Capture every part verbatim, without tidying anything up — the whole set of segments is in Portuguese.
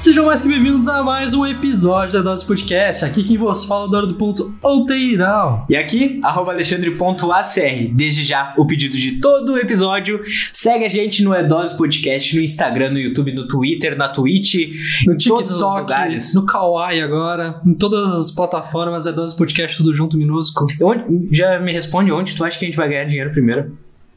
Sejam mais que bem-vindos a mais um episódio da Dose Podcast. Aqui quem vos fala é o Eduardo ponto Outeirão. E aqui, arroba Alexandre ponto A C R. Desde já, o pedido de todo o episódio. Segue a gente no Dose Podcast, no Instagram, no YouTube, no Twitter, na Twitch, no em TikTok, todos os lugares. No Kawaii agora, em todas as plataformas, é Dose Podcast, tudo junto, minúsculo. Onde, já me responde onde tu acha que a gente vai ganhar dinheiro primeiro?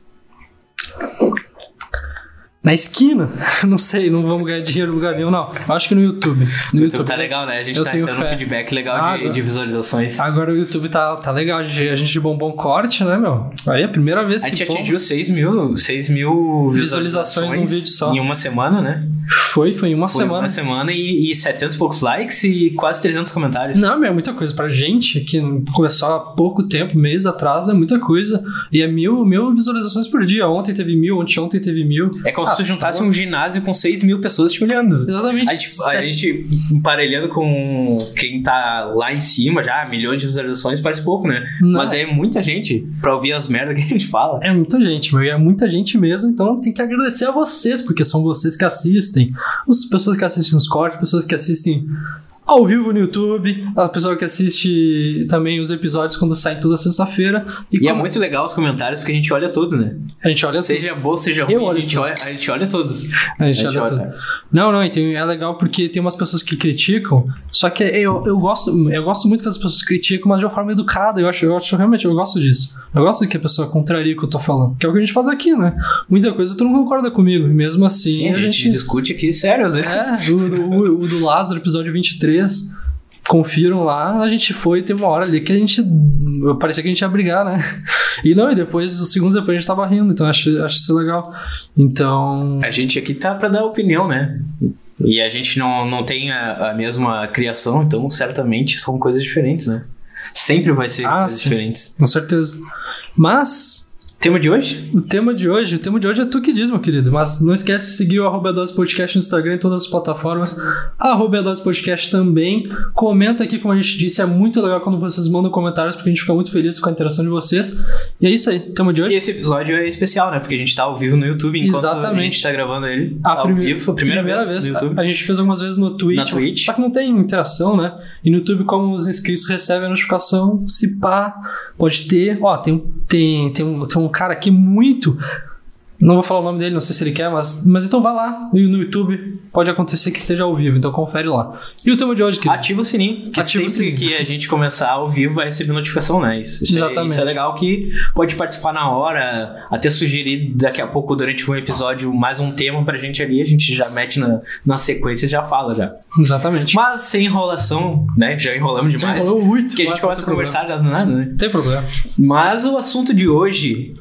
Na esquina? Não sei, não vamos ganhar dinheiro em lugar nenhum, não. Acho que no YouTube. No o YouTube, YouTube tá legal, né? A gente tá recebendo um feedback legal ah, de, de visualizações. Agora o YouTube tá, tá legal. A gente, a gente bombou um corte, né, meu? Aí é a primeira vez que... A gente atingiu seis mil, seis mil visualizações, visualizações num vídeo só. Em uma semana, né? Foi, foi em uma foi semana. uma semana e, e setecentos e poucos likes e quase trezentos comentários. Não, meu, é muita coisa. Pra gente, que começou há pouco tempo, mês atrás, é muita coisa. E é mil, mil visualizações por dia. Ontem teve mil, ontem, ontem teve mil. É como ah, se tu juntasse tá um ginásio com seis mil pessoas te olhando. Exatamente. A gente, a gente emparelhando com quem tá lá em cima já, milhões de visualizações, parece pouco, né? Não. Mas é muita gente pra ouvir as merdas que a gente fala. É muita gente, meu. É muita gente mesmo. Então tem que agradecer a vocês, porque são vocês que assistem. As pessoas que assistem os cortes, pessoas que assistem ao vivo no YouTube, a pessoa que assiste também os episódios quando saem toda sexta-feira. E, e como... é muito legal os comentários, porque a gente olha todos, né? A gente olha Seja tudo. bom, seja ruim, a gente, olha, a gente olha todos. A gente, a gente olha, olha tudo. Não, não, então é legal porque tem umas pessoas que criticam, só que eu, eu, gosto, eu gosto muito que as pessoas criticam, mas de uma forma educada. Eu acho, eu acho realmente, eu gosto disso. Eu gosto que a pessoa contraria o que eu tô falando, que é o que a gente faz aqui, né? Muita coisa tu não concorda comigo, e mesmo assim... Sim, a, a gente, gente discute aqui sério, às vezes. É, o, o, o do Lázaro, episódio vinte e três... Confiram lá, a gente foi, teve uma hora ali que a gente, parecia que a gente ia brigar, né? E não, e depois, segundos depois a gente tava rindo, então acho, acho isso legal. Então... A gente aqui tá pra dar opinião, né? E a gente não, não tem a, a mesma criação, então certamente são coisas diferentes, né? Sempre vai ser ah, coisas sim, diferentes. Com certeza. Mas... Tema de hoje? O tema de hoje, o tema de hoje é tu que diz, meu querido. Mas não esquece de seguir o arroba Dose Podcast no Instagram, em todas as plataformas. Arroba Dose Podcast também. Comenta aqui, como a gente disse, é muito legal quando vocês mandam comentários, porque a gente fica muito feliz com a interação de vocês. E é isso aí, tema de hoje. E esse episódio é especial, né? Porque a gente tá ao vivo no YouTube, enquanto Exatamente. a gente tá gravando ele a ao prime... vivo. A primeira, primeira vez, vez no YouTube. A, a gente fez algumas vezes no Twitch. Na Twitch. Só que não tem interação, né? E no YouTube, como os inscritos recebem a notificação, se pá, pode ter... Ó, tem, tem, tem, um, tem um cara aqui muito Não vou falar o nome dele, não sei se ele quer, mas, mas então vai lá no YouTube, pode acontecer que esteja ao vivo, então confere lá. E o tema de hoje, querido? Ativa o sininho, que Ativa sempre o sininho. que a gente começar ao vivo vai receber notificação, né? Isso, isso Exatamente. É, isso é legal, que pode participar na hora, até sugerir daqui a pouco durante um episódio mais um tema pra gente ali, a gente já mete na, na sequência e já fala já. Exatamente. Mas sem enrolação, né? Já enrolamos demais. Já enrolou muito. Que a gente começa a conversar já do nada, né? Não tem problema. Mas o assunto de hoje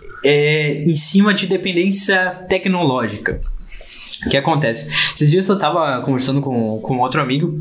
é em cima de dependência tecnológica. O que acontece? Esses dias eu tava conversando com, com outro amigo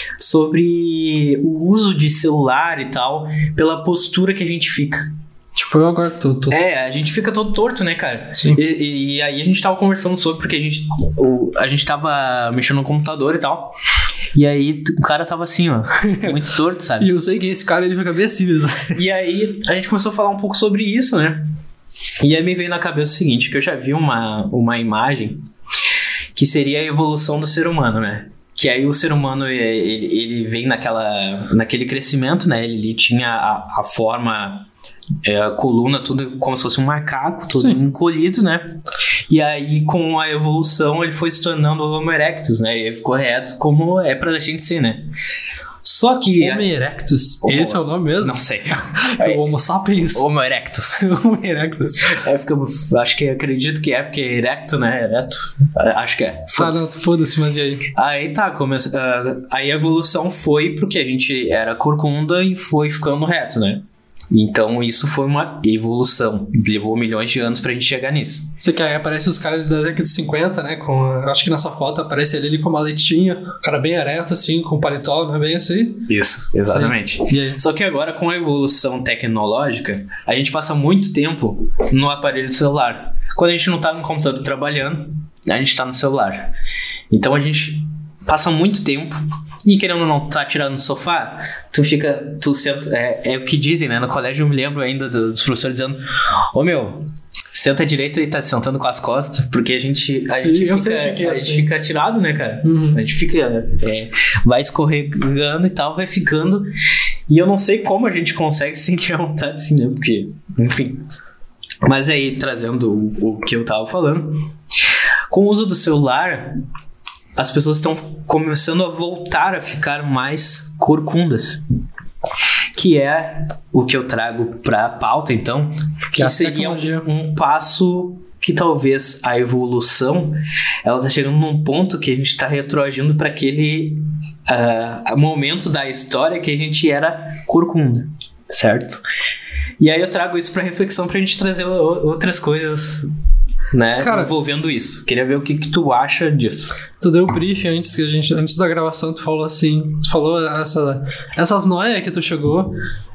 sobre o uso de celular e tal, pela postura que a gente fica. Tipo, eu agora tô, tô... É, a gente fica todo torto, né, cara? Sim. E, e, e aí a gente tava conversando sobre, porque a gente, o, a gente tava mexendo no computador e tal. E aí o cara tava assim, ó, muito torto, sabe? E eu sei que esse cara, ele fica bem assim mesmo. E aí a gente começou a falar um pouco sobre isso, né? E aí me veio na cabeça o seguinte, que eu já vi uma, uma imagem que seria a evolução do ser humano, né? Que aí o ser humano, ele, ele vem naquela, naquele crescimento, né? Ele, ele tinha a, a forma, é, a coluna, tudo como se fosse um macaco, tudo Sim. encolhido, né? E aí com a evolução ele foi se tornando o Homo erectus, né? E ele ficou reto como é pra gente ser, né? Só que... Homo erectus. Homo... Esse é o nome mesmo? Não sei. É o Homo sapiens. Homo erectus. Homo erectus. É, fica, acho que acredito que é, porque é erecto, né? Ereto. Acho que é. Tá, não, foda-se, mas e aí? Aí tá, começa, uh, aí a evolução foi porque a gente era corcunda e foi ficando reto, né? Então isso foi uma evolução. Levou milhões de anos pra gente chegar nisso. Você quer, aparece os caras da década de cinquenta, né? Com, acho que nessa foto aparece ele, ele com uma leitinha, o cara bem ereto, assim, com paletó, não é bem assim? Isso, exatamente. Só que agora, com a evolução tecnológica, a gente passa muito tempo no aparelho celular. Quando a gente não tá no computador trabalhando, a gente tá no celular. Então a gente passa muito tempo e querendo ou não, tá tirando no sofá, tu fica, tu senta, é, é o que dizem, né? No colégio eu me lembro ainda dos professores dizendo, ô meu, senta direito e tá sentando com as costas, porque a gente, a Sim, gente, eu fica, sei que é a assim. gente fica tirado, né, cara? Uhum. A gente fica, é, vai escorregando e tal, vai ficando, e eu não sei como a gente consegue sentir a vontade assim, né? Porque, enfim. Mas aí, trazendo o, o que eu tava falando, com o uso do celular, as pessoas estão começando a voltar a ficar mais corcundas. Que é o que eu trago pra pauta, então, que, Que é a seria um, tecnologia. um passo que talvez a evolução, ela tá chegando num ponto que a gente tá retroagindo para aquele uh, momento da história que a gente era corcunda, certo? E aí eu trago isso pra reflexão pra gente trazer o- outras coisas, né, Cara, envolvendo isso. Queria ver o que, que tu acha disso. Tu deu o brief antes, que a gente, antes da gravação, tu falou assim, tu falou essa, essas noias que tu chegou,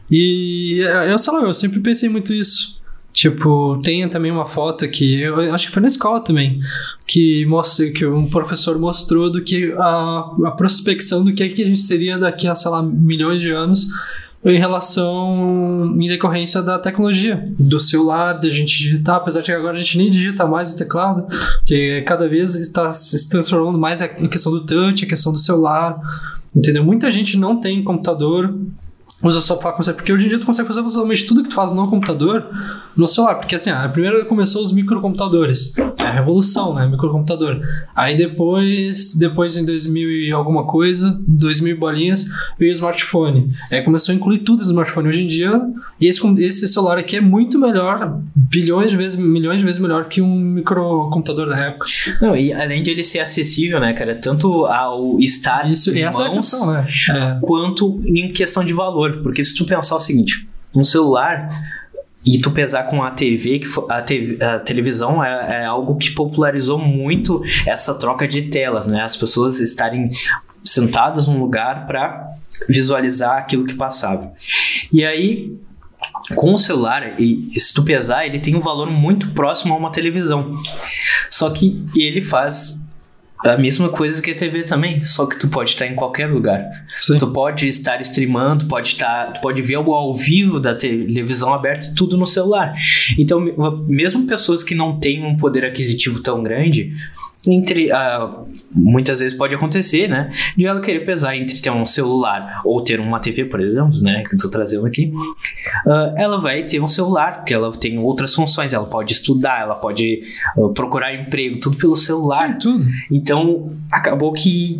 e eu sei lá, eu sempre pensei muito isso. Tipo, tem também uma foto que, eu acho que foi na escola também, que, mostra, que um professor mostrou do que a, a prospecção do que, que a gente seria daqui a, sei lá, milhões de anos, em relação, em decorrência da tecnologia, do celular, da gente digitar, apesar de que agora a gente nem digita mais o teclado, porque cada vez está se transformando mais a questão do touch, a questão do celular, entendeu? Muita gente não tem computador, usa só para consegue, porque hoje em dia tu consegue fazer absolutamente tudo que tu faz no computador no celular, porque assim, a primeira começou os microcomputadores, é a revolução, né, microcomputador. Aí depois, depois em dois mil e alguma coisa, dois mil bolinhas, veio o smartphone. Aí começou a incluir tudo no smartphone. Hoje em dia, esse, esse celular aqui é muito melhor, bilhões de vezes, milhões de vezes melhor que um microcomputador da época. Não, e além de ele ser acessível, né, cara, tanto ao estar Isso, em essa é a mãos, questão, né? É. quanto em questão de valor, porque se tu pensar o seguinte, um celular e tu pesar com a T V, que fo- a, T V, a televisão é, é algo que popularizou muito essa troca de telas, né, as pessoas estarem sentadas num lugar para visualizar aquilo que passava. E aí, com o celular, e se tu pesar, ele tem um valor muito próximo a uma televisão. Só que ele faz a mesma coisa que a T V também, só que tu pode estar em qualquer lugar. Sim. Tu pode estar streamando, pode estar, tu pode ver algo ao vivo da televisão aberta, tudo no celular. Então, mesmo pessoas que não têm um poder aquisitivo tão grande, entre, uh, muitas vezes pode acontecer, né, de ela querer pesar entre ter um celular ou ter uma T V, por exemplo, né, que eu tô trazendo aqui, uh, ela vai ter um celular, porque ela tem outras funções, ela pode estudar, ela pode uh, procurar emprego, tudo pelo celular. Sim, tudo. Então, acabou que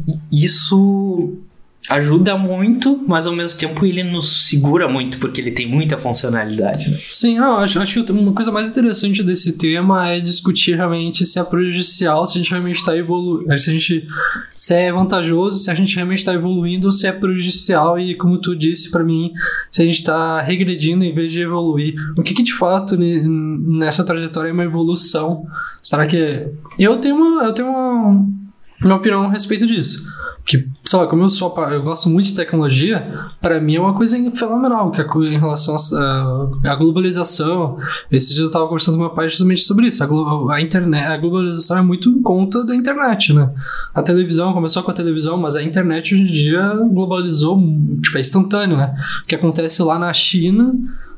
isso ajuda muito, mas ao mesmo tempo ele nos segura muito, porque ele tem muita funcionalidade, né? Sim, eu acho, acho que uma coisa mais interessante desse tema é discutir realmente se é prejudicial, se a gente realmente está evoluindo, se a gente se é vantajoso, se a gente realmente está evoluindo ou se é prejudicial e, como tu disse pra mim, se a gente está regredindo em vez de evoluir. O que que de fato ne- nessa trajetória é uma evolução? Será que... Eu tenho uma, eu tenho uma, uma opinião a respeito disso. Que, sei lá, como eu sou, apa- eu gosto muito de tecnologia, para mim é uma coisa fenomenal, que é co- em relação à à globalização. Esses dias eu estava conversando com meu pai justamente sobre isso. A, glo- a internet, a globalização é muito em conta da internet, né? A televisão começou com a televisão, mas a internet hoje em dia globalizou, tipo, é instantâneo, né? O que acontece lá na China,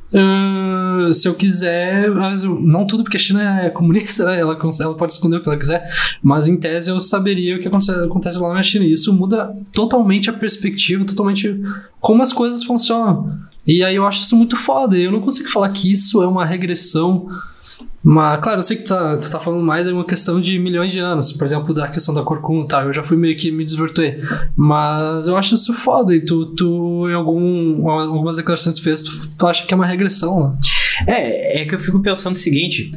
Uh, se eu quiser, mas eu- não tudo, porque a China é comunista, né? ela, cons- ela pode esconder o que ela quiser, mas em tese eu saberia o que acontece, acontece lá na China, e isso muda totalmente a perspectiva, totalmente como as coisas funcionam, e aí eu acho isso muito foda, e eu não consigo falar que isso é uma regressão. Mas, claro, eu sei que tu tá, tu tá falando mais, é uma questão de milhões de anos. Por exemplo, da questão da corcunda e tal. Eu já fui meio que me desvirtuei. Mas eu acho isso foda. E tu, tu em algum, algumas declarações que tu fez, tu, tu acha que é uma regressão, né? É, é que eu fico pensando o seguinte,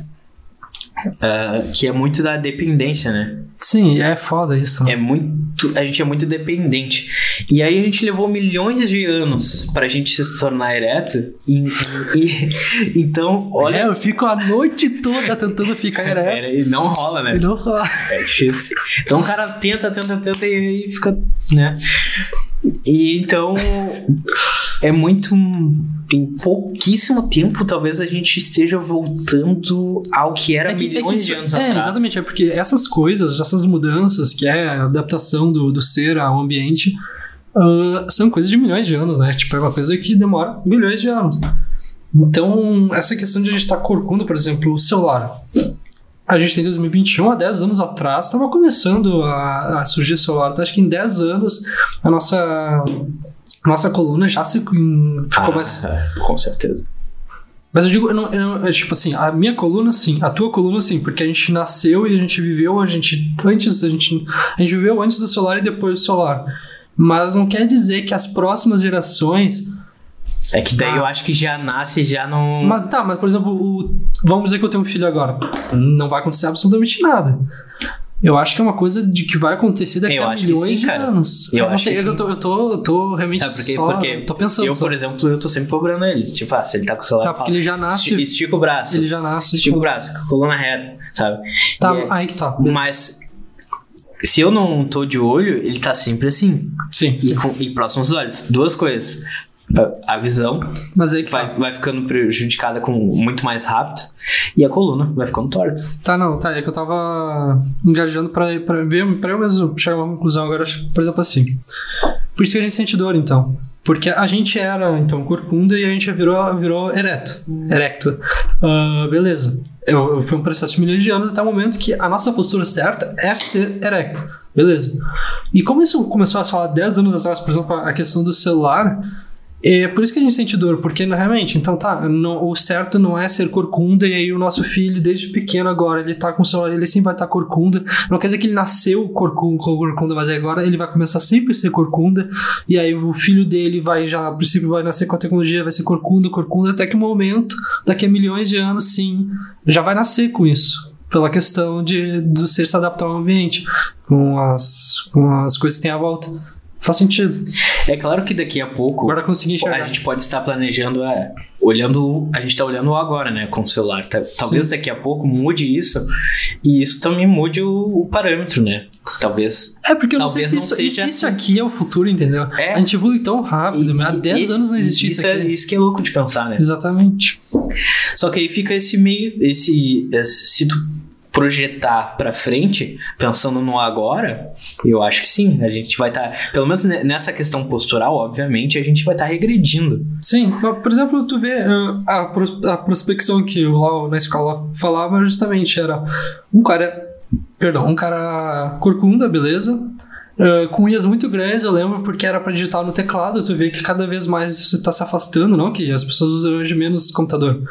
uh, que é muito da dependência, né? Sim, é foda isso. Né? É muito, a gente é muito dependente. E aí a gente levou milhões de anos pra gente se tornar ereto. E, e- então, olha... É, eu fico a noite toda tentando ficar ereto. É, e não rola, né? E não rola. É difícil. Então o cara tenta, tenta, tenta e aí fica, né? E então é muito... Em pouquíssimo tempo, talvez a gente esteja voltando ao que era É que- é milhões que de isso- anos é, atrás. exatamente, é porque essas coisas, essas mudanças, que é a adaptação do, do ser ao ambiente, ah, são coisas de milhões de anos, né? Tipo, é uma coisa que demora milhões de anos. Então, essa questão de a gente estar corcunda, por exemplo, o celular. A gente tem dois mil e vinte e um, há dez anos atrás, estava começando a, a surgir o celular. Então, acho que em dez anos, a nossa, a nossa coluna já se ficou Ah, mais... é, com certeza. Mas eu digo, eu não, eu não- é tipo assim, a minha coluna sim, a tua coluna sim, porque a gente nasceu e a gente viveu, a gente antes, a gente, a gente viveu antes do solar e depois do solar. Mas não quer dizer que as próximas gerações... É que daí Ah. eu acho que já nasce já não... Mas tá, mas por exemplo, o, vamos dizer que eu tenho um filho agora. Não vai acontecer absolutamente nada. Eu acho que é uma coisa de que vai acontecer daqui Eu a acho que milhões sim, de cara. anos. Eu não acho sei, que eu sim. tô, eu tô, eu tô realmente Sabe por quê? só... Porque tô pensando eu, só. por exemplo, eu tô sempre cobrando ele. Tipo, ah, se ele tá com o celular... Tá, porque ele já nasce... Estica, estica o braço. Ele já nasce... Estica o braço, com a coluna reta, sabe? Tá, E é- aí que tá. Mas se eu não tô de olho, ele tá sempre assim. Sim, E, com, e próximo aos olhos. Duas coisas. A, a visão mas aí que tá. vai, vai ficando prejudicada com muito mais rápido e a coluna vai ficando torta. Tá, não, tá. É que eu tava engajando pra, pra ver, pra eu mesmo chegar a uma conclusão agora, por exemplo, assim. Por isso que a gente sente dor, então. Porque a gente era, então, corcunda e a gente virou, virou ereto. Erecto. Ah, beleza. Eu, foi um processo de milhões de anos até o momento que a nossa postura certa é ser erecto. Beleza. E como isso começou a falar dez anos atrás, por exemplo, a questão do celular... É por isso que a gente sente dor, porque realmente, então tá, não, o certo não é ser corcunda, e aí o nosso filho, desde pequeno agora, ele tá com o celular, ele sempre vai estar corcunda. Não quer dizer que ele nasceu corcunda, corcunda, mas agora ele vai começar sempre a ser corcunda, e aí o filho dele vai já, a princípio, vai nascer com a tecnologia, vai ser corcunda, corcunda, até que o momento, daqui a milhões de anos, sim, já vai nascer com isso. Pela questão de, do ser se adaptar ao ambiente, com as, com as coisas que tem à volta. Faz sentido. É claro que daqui a pouco Agora consegui enxergar. a gente pode estar planejando, é, olhando, a gente tá olhando o agora, né, com o celular. Tá- talvez Sim. daqui a pouco mude isso e isso também mude o, o parâmetro, né? Talvez. É, porque eu Talvez não não sei se isso, seja isso assim. aqui é o futuro, entendeu? É. A gente evolui tão rápido, mas há dez esse- anos não existia isso, isso aqui. é isso que é louco de pensar, né? Exatamente. Só que aí fica esse meio, esse, esse se tu projetar pra frente, pensando no agora, eu acho que sim, a gente vai estar, pelo menos ne- nessa questão postural, obviamente, a gente vai estar regredindo. Sim, mas, por exemplo, tu vê uh, a, pros- a prospecção que eu lá na escola falava justamente era um cara, perdão, um cara corcunda, beleza? Uh, com unhas muito grandes, eu lembro, porque era pra digitar no teclado. Tu vê que cada vez mais isso tá se afastando, não? Que as pessoas usam hoje menos computador.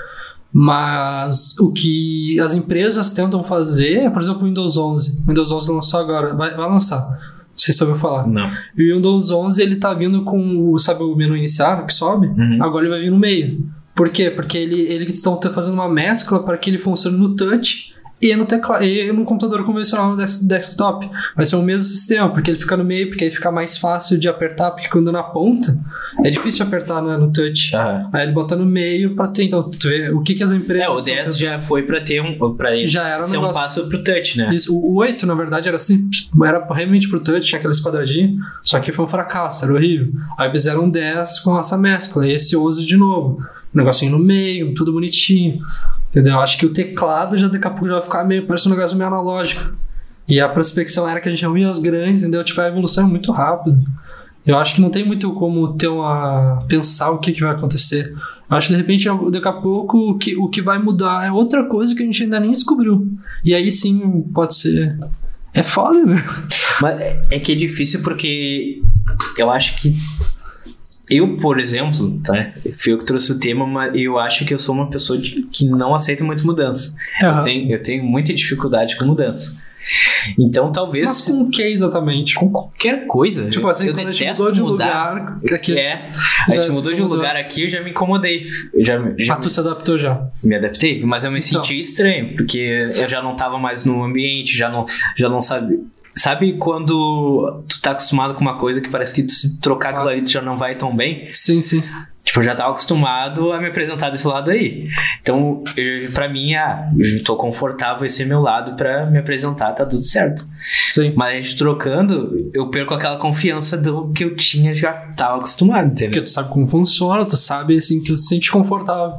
Mas o que as empresas tentam fazer é, por exemplo, o Windows onze. O Windows onze lançou agora, vai, vai lançar. Não sei se tu ouviu falar. Não. E o Windows onze, ele tá vindo com, o- sabe o menu iniciar, que sobe? Uhum. Agora ele vai vir no meio. Por quê? Porque ele, eles estão fazendo uma mescla para que ele funcione no touch e no teclado, e no computador convencional, no des- desktop. Vai ser o mesmo sistema, porque ele fica no meio, porque aí fica mais fácil de apertar, porque quando na ponta, é difícil de apertar, né, no touch. Aham. Aí ele bota no meio pra ter, então, tu vê o que que as empresas... É, o estão dez tentando- já foi pra ter um. Pra Já era um ser um negócio- passo pro touch, né? Isso, o o oito, na verdade, era simples. Era realmente pro touch, tinha aqueles quadradinhos. Só que foi um fracasso, era horrível. Aí fizeram um dez com essa mescla. E esse onze de novo. Um negocinho no meio, tudo bonitinho. Entendeu? Acho que o teclado já daqui a pouco já vai ficar meio... Parece um negócio meio analógico. E a prospecção era que a gente não via as grandes, entendeu? Tipo, a evolução é muito rápida. Eu acho que não tem muito como ter uma... pensar o que, que vai acontecer. Eu acho que, de repente, daqui a pouco, o que, o que vai mudar é outra coisa que a gente ainda nem descobriu. E aí, sim, pode ser... É foda, né? Mas é- é que é difícil porque eu acho que eu, por exemplo, tá? Fui eu que trouxe o tema, mas eu acho que eu sou uma pessoa de- que não aceita muito mudança. Aham. Eu, tenho, eu tenho muita dificuldade com mudança. Então, talvez Mas com o que exatamente? com qualquer coisa. Tipo eu, assim, eu quando a gente detesto mudou de mudar. lugar... Aqui, É, a já gente se mudou de um incomodou. lugar aqui, eu já me incomodei. Eu já, já Ah, tu se adaptou já. me adaptei, mas eu me Então. senti estranho, porque eu já não tava mais no ambiente, já não, já não sabia. Sabe quando tu tá acostumado com uma coisa que parece que se trocar aquilo ali tu já não vai tão bem? Sim, sim. Tipo, eu já tava acostumado a me apresentar desse lado aí. Então, eu, pra mim, ah, eu tô confortável esse é meu lado pra me apresentar, tá tudo certo. Sim. Mas a gente trocando, eu perco aquela confiança do que eu tinha, já tava acostumado, entendeu? Porque tu sabe como funciona, tu sabe, assim, tu se sente confortável.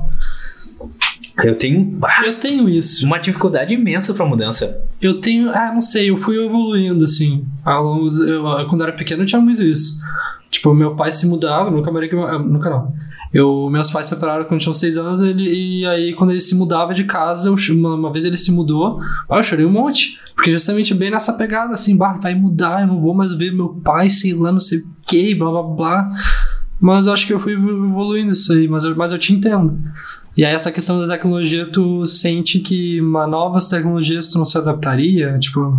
Eu tenho... Ah, eu tenho isso. Uma dificuldade imensa pra mudança. Eu tenho... Ah, não sei, eu fui evoluindo, assim. Ao longo, eu, quando eu era pequeno, eu tinha muito isso. Tipo, meu pai se mudava, nunca morei com... Nunca não. Eu, meus pais se separaram quando eu tinha seis anos, ele, e aí quando ele se mudava de casa, eu, uma, uma vez ele se mudou, eu chorei um monte. Porque justamente bem nessa pegada, assim, bah, vai mudar, eu não vou mais ver meu pai, sei lá, não sei o que, blá blá blá. Mas eu acho que eu fui evoluindo isso aí, mas eu, mas eu te entendo. E aí essa questão da tecnologia, tu sente que uma novas tecnologias tu não se adaptaria? Tipo...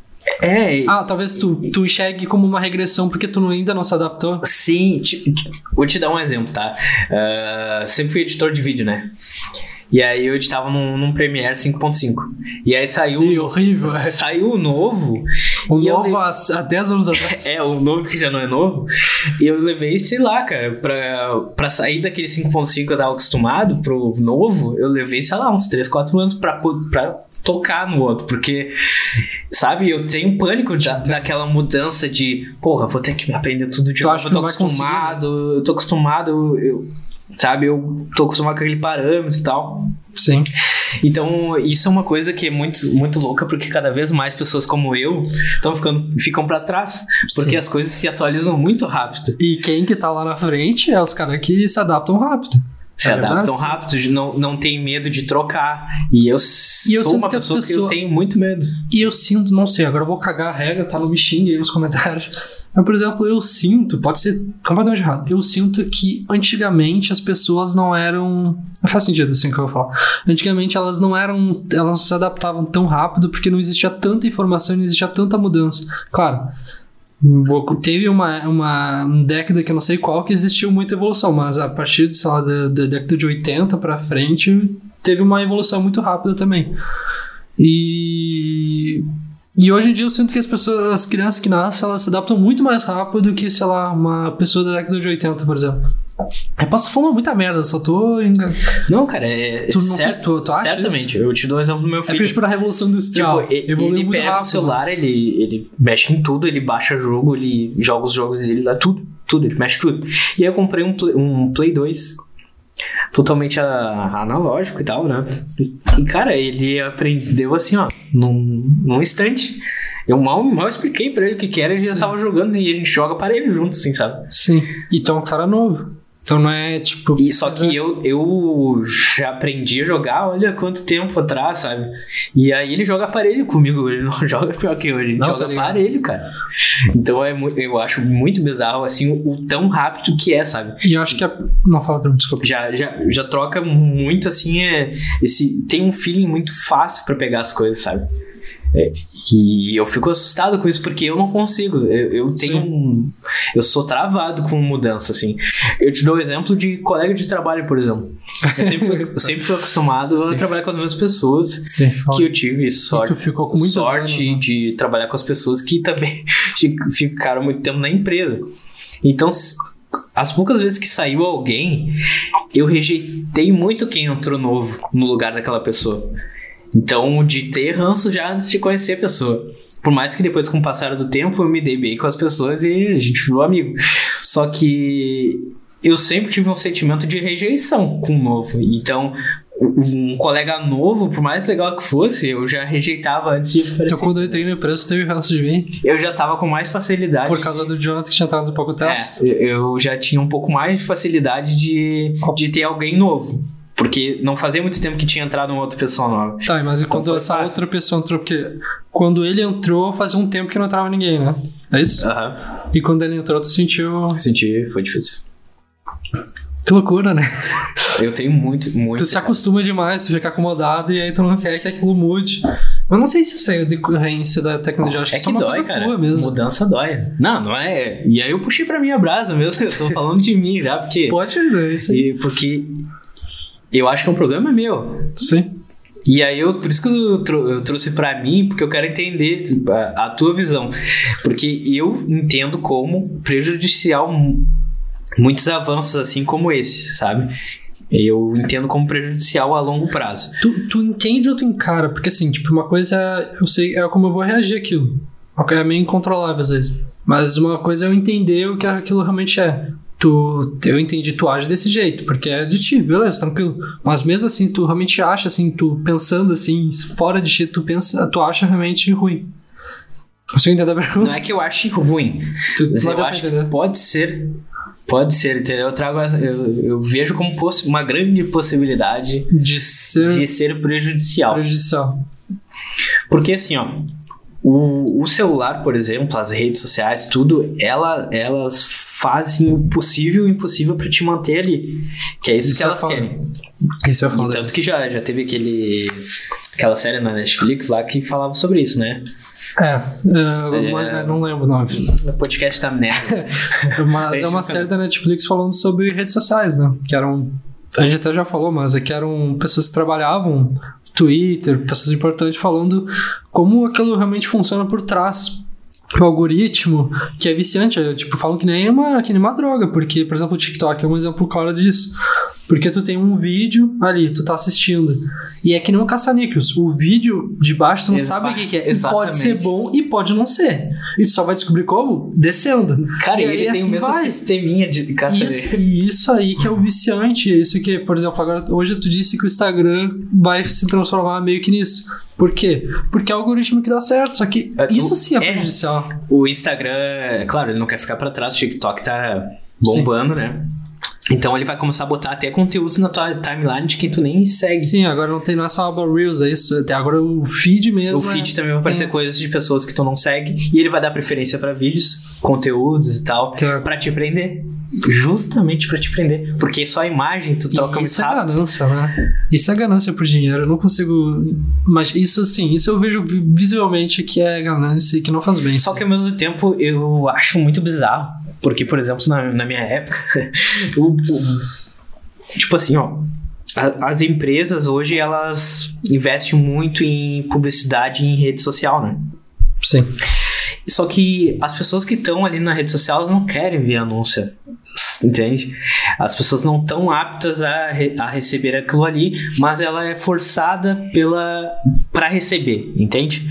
É. Ah, talvez tu, tu enxergue como uma regressão porque tu ainda não se adaptou? Sim, te, vou te dar um exemplo, tá? Uh, sempre fui editor de vídeo, né? E aí eu editava num, num Premiere cinco ponto cinco. E aí saiu... Sim, horrível. Saiu o novo. O novo le... há, há dez anos atrás. É, o novo que já não é novo. E eu levei, sei lá, cara, pra, pra sair daquele cinco ponto cinco que eu tava acostumado pro novo, eu levei, sei lá, uns três, quatro anos pra... pra tocar no outro, porque, sabe, eu tenho pânico da, daquela mudança de, porra, vou ter que me aprender tudo de novo, eu tô acostumado, eu tô acostumado, eu, sabe, eu tô acostumado com aquele parâmetro e tal. Sim. Então, isso é uma coisa que é muito, muito louca, porque cada vez mais pessoas como eu estão ficando, ficam pra trás, porque Sim. as coisas se atualizam muito rápido. E quem que tá lá na frente é os caras que se adaptam rápido. Se é adaptam verdade? rápido, não, não tem medo de trocar. E eu, e eu sou uma que pessoa pessoas... que eu tenho muito medo. E eu sinto, não sei, agora eu vou cagar a regra, tá? Não me xingue aí nos comentários. Mas, por exemplo, eu sinto, pode ser completamente errado, eu sinto que antigamente as pessoas não eram... Não faz sentido assim que eu vou falar. Antigamente elas não eram... Elas não se adaptavam tão rápido porque não existia tanta informação, não existia tanta mudança. Claro... Teve uma, uma década que eu não sei qual que existiu muita evolução, mas a partir de, sei lá, da, da década de oitenta pra frente teve uma evolução muito rápida também. E, e hoje em dia eu sinto que as pessoas, as crianças que nascem, elas se adaptam muito mais rápido do que, sei lá, uma pessoa da década de oitenta, por exemplo. Eu posso falar muita merda, só tô... Engan... Não, cara, é... Tu, não certo, sei, tu, tu acha certamente, isso? Eu te dou um exemplo do meu filho. É tipo a Revolução Industrial. Tipo, ele, ele pega rápido, o celular, mas... ele, ele mexe em tudo, ele baixa jogo, ele joga os jogos dele, dá tudo, tudo, ele mexe tudo. E aí eu comprei um Play, um Play dois, totalmente a, analógico e tal, né? E, cara, ele aprendeu assim, ó, num, num instante. Eu mal, mal expliquei pra ele o que que era, ele Sim. já tava jogando e a gente joga aparelho junto, assim, sabe? Sim, e tu é um cara novo. Então não é tipo... E só que eu, eu já aprendi a jogar, olha quanto tempo atrás, sabe? E aí ele joga aparelho comigo, ele não joga pior que eu, ele não, joga tá aparelho, cara. Então é, eu acho muito bizarro, assim, o, o tão rápido que é, sabe? E eu acho que... A... Não, fala, desculpa. Já, já, já troca muito, assim, é, esse, tem um feeling muito fácil pra pegar as coisas, sabe? É, e eu fico assustado com isso porque eu não consigo, eu, eu tenho um, eu sou travado com mudança, assim. Eu te dou o exemplo de colega de trabalho, por exemplo. Eu sempre fui, eu sempre fui acostumado Sim. a trabalhar com as mesmas pessoas. Sim. Que eu tive sorte, ficou com sorte anos, né? de trabalhar com as pessoas que também ficaram muito tempo na empresa. Então, as poucas vezes que saiu alguém, eu rejeitei muito quem entrou novo no lugar daquela pessoa. Então, de ter ranço já antes de conhecer a pessoa. Por mais que depois, com o passar do tempo, eu me dei bem com as pessoas e a gente virou amigo. Só que eu sempre tive um sentimento de rejeição com o novo. Então, um colega novo, por mais legal que fosse, eu já rejeitava antes de aparecer. Então, quando eu entrei no empresa, teve ranço de mim? Eu já tava com mais facilidade. Por causa do Jonathan que tinha entrado no pouco tempo? É, eu já tinha um pouco mais de facilidade de, de ter alguém novo. Porque não fazia muito tempo que tinha entrado uma outra pessoa nova. Tá, mas e quando então essa fácil. outra pessoa entrou? Porque quando ele entrou, fazia um tempo que não entrava ninguém, né? É isso? Aham. Uh-huh. E quando ele entrou, tu sentiu... Senti, foi difícil. Que loucura, né? Eu tenho muito, muito... Tu se acostuma demais, tu fica acomodado e aí tu não quer que aquilo mude. Eu não sei se isso é decorrência da tecnologia, acho que é isso que é uma dói, coisa cara. tua mesmo. Mudança dói. Não, não é... E aí eu puxei pra minha brasa mesmo, eu tô falando de mim já, porque... Pode ser isso aí. Porque... Eu acho que é um problema meu. Sim. E aí, eu, por isso que eu, trou- eu trouxe pra mim, porque eu quero entender a, a tua visão. Porque eu entendo como prejudicial muitos avanços assim como esse, sabe? Eu entendo como prejudicial a longo prazo. Tu, tu entende ou tu encara? Porque assim, tipo, uma coisa é, eu sei é como eu vou reagir àquilo. É meio incontrolável às vezes. Mas uma coisa é eu entender o que aquilo realmente é. Tu, eu entendi, tu age desse jeito, porque é de ti, beleza, tranquilo. Mas mesmo assim, tu realmente acha, assim, tu pensando assim, fora de ti, tu pensa, tu acha realmente ruim. Consigo entender a pergunta? Não é que eu ache ruim, tu, mas eu acho que pode ser, pode ser, entendeu? Eu trago, eu, eu vejo como poss- uma grande possibilidade de ser, de ser prejudicial. prejudicial. Porque assim, ó, o, o celular, por exemplo, as redes sociais, tudo, ela, elas fazem o possível e o impossível pra te manter ali. Que é isso, isso que elas querem. Isso é foda. Tanto que já, já teve aquele, aquela série na Netflix lá que falava sobre isso, né? É, uh, é não lembro o nome. O podcast tá merda. Mas é uma série da Netflix falando sobre redes sociais, né? Que eram... A gente até já falou, mas é que eram pessoas que trabalhavam Twitter, pessoas importantes falando como aquilo realmente funciona por trás. O algoritmo, que é viciante, é, tipo, falam que nem uma, que nem uma droga, porque, por exemplo, o TikTok é um exemplo claro disso. Porque tu tem um vídeo ali, tu tá assistindo, e é que nem um caça-níqueis. O vídeo de baixo, tu não Exa- sabe o que, que é. exatamente. E pode ser bom e pode não ser. E tu só vai descobrir como? Descendo. Cara, e ele aí, tem assim o mesmo vai. sisteminha de caça-níqueis. Isso, e isso aí que é o viciante. Isso que, por exemplo, agora hoje tu disse que o Instagram vai se transformar meio que nisso. Por quê? Porque é o algoritmo que dá certo. Só que É, isso o- sim é é. prejudicial. O Instagram, é claro, ele não quer ficar pra trás, o TikTok tá bombando, Sim. né? Então ele vai começar a botar até conteúdos na tua timeline de quem tu nem segue. Sim, agora não tem não é só aba Reels, é isso. Até agora o feed mesmo. O feed é, também vai aparecer tem- coisas de pessoas que tu não segue. E ele vai dar preferência pra vídeos, conteúdos e tal, Que é- pra te prender. Justamente pra te prender. Porque só a imagem tu troca muito Isso é rápido. ganância, né? Isso é ganância por dinheiro. Eu não consigo. Mas isso sim, isso eu vejo vi- visivelmente que é ganância e que não faz bem. Só que ao mesmo tempo eu acho muito bizarro. Porque, por exemplo, na, na minha época, o, o- tipo assim, ó. a- As empresas hoje, elas investem muito em publicidade em rede social, né? Sim. Só que as pessoas que estão ali na rede social, elas não querem ver anúncio, entende? As pessoas não estão aptas a, re- a receber aquilo ali, mas ela é forçada pela para receber, entende?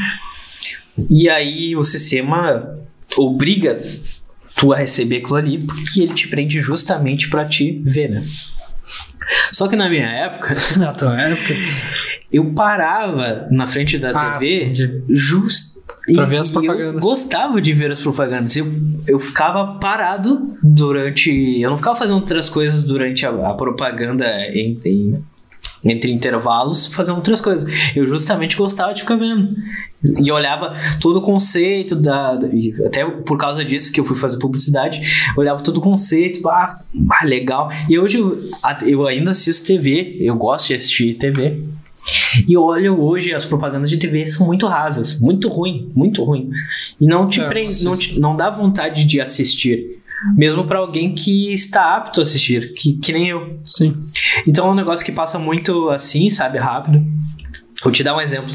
E aí o sistema obriga tu a receber aquilo ali, porque ele te prende justamente para te ver, né? Só que na minha época, Na tua época. eu parava na frente da Ah, T V entendi. just Pra e- ver as e propagandas. Eu gostava de ver as propagandas. Eu, eu ficava parado durante. Eu não ficava fazendo outras coisas durante a, a propaganda em- em- entre intervalos, fazendo outras coisas. Eu justamente gostava de ficar vendo. E eu olhava todo o conceito da. da- e até por causa disso que eu fui fazer publicidade, eu olhava todo o conceito, ah, ah, legal. E hoje eu, a- eu ainda assisto T V, eu gosto de assistir T V. E olha, hoje as propagandas de T V são muito rasas, muito ruim, muito ruim. E não te É, prende, eu não, te- não dá vontade de assistir. Mesmo pra alguém que está apto a assistir, que, que nem eu. Sim. Então é um negócio que passa muito assim, sabe, rápido. Vou te dar um exemplo.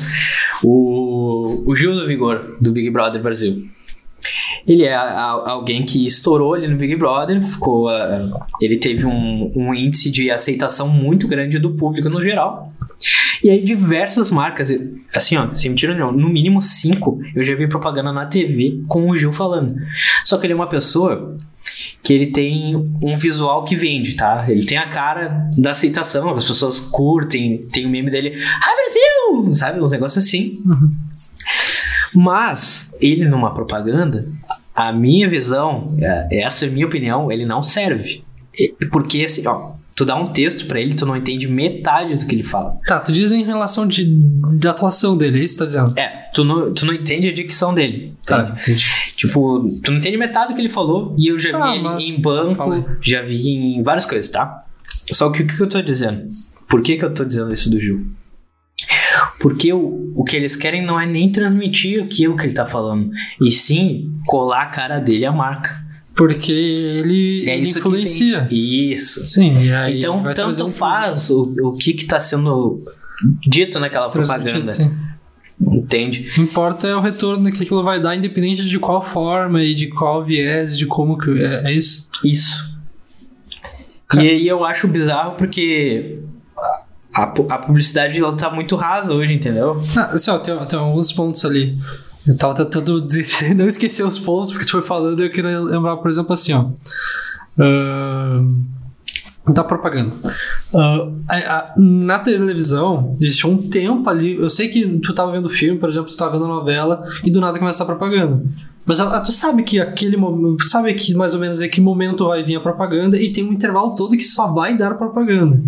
O, o Gil do Vigor, do Big Brother Brasil. Ele é a- a- alguém que estourou ali no Big Brother, ficou, ah, ele teve um, um índice de aceitação muito grande do público no geral. E aí diversas marcas, assim ó, sem mentira não, no mínimo cinco, eu já vi propaganda na T V com o Gil falando. Só que ele é uma pessoa que ele tem um visual que vende, tá? Ele tem a cara da aceitação, as pessoas curtem, tem o meme dele, ah, Brasil! Sabe, uns negócios assim. Uhum. Mas, ele numa propaganda, a minha visão, é- essa é a minha opinião, ele não serve. E- Porque, assim, ó, tu dá um texto pra ele, tu não entende metade do que ele fala. Tá, tu diz em relação de, de atuação dele, é isso que tá dizendo? É, tu não, tu não entende a dicção dele. Tá, entende? entendi. Tipo, tu não entende metade do que ele falou, e eu já Tá, vi mas- ele em banco, fala aí. já vi em várias coisas, tá? Só que o que eu tô dizendo? Por que que eu tô dizendo isso do Gil? Porque o, o que eles querem não é nem transmitir aquilo que ele tá falando, e sim colar a cara dele à marca. Porque ele, É ele isso que influencia. vende. Isso. Sim, e aí Então, vai trazer tanto um faz o, o que que tá sendo dito naquela transmitido, propaganda. sim. Entende? O que importa é o retorno que aquilo vai dar, independente de qual forma e de qual viés, de como que. É, é isso? Isso. E aí eu acho bizarro porque a, a publicidade ela tá muito rasa hoje, entendeu? Ah, assim, ó, tem, tem alguns pontos ali. Eu tava tentando de, não esquecer os pontos, porque tu foi falando e eu queria lembrar, por exemplo, assim, ó. Uh, da propaganda. Uh, a, a, na televisão, existe um tempo ali. Eu sei que tu tava vendo filme, por exemplo, tu tava vendo a novela e do nada começa a propaganda. Mas a, a, tu sabe que aquele momento, sabe que mais ou menos em que momento vai vir a propaganda e tem um intervalo todo que só vai dar propaganda.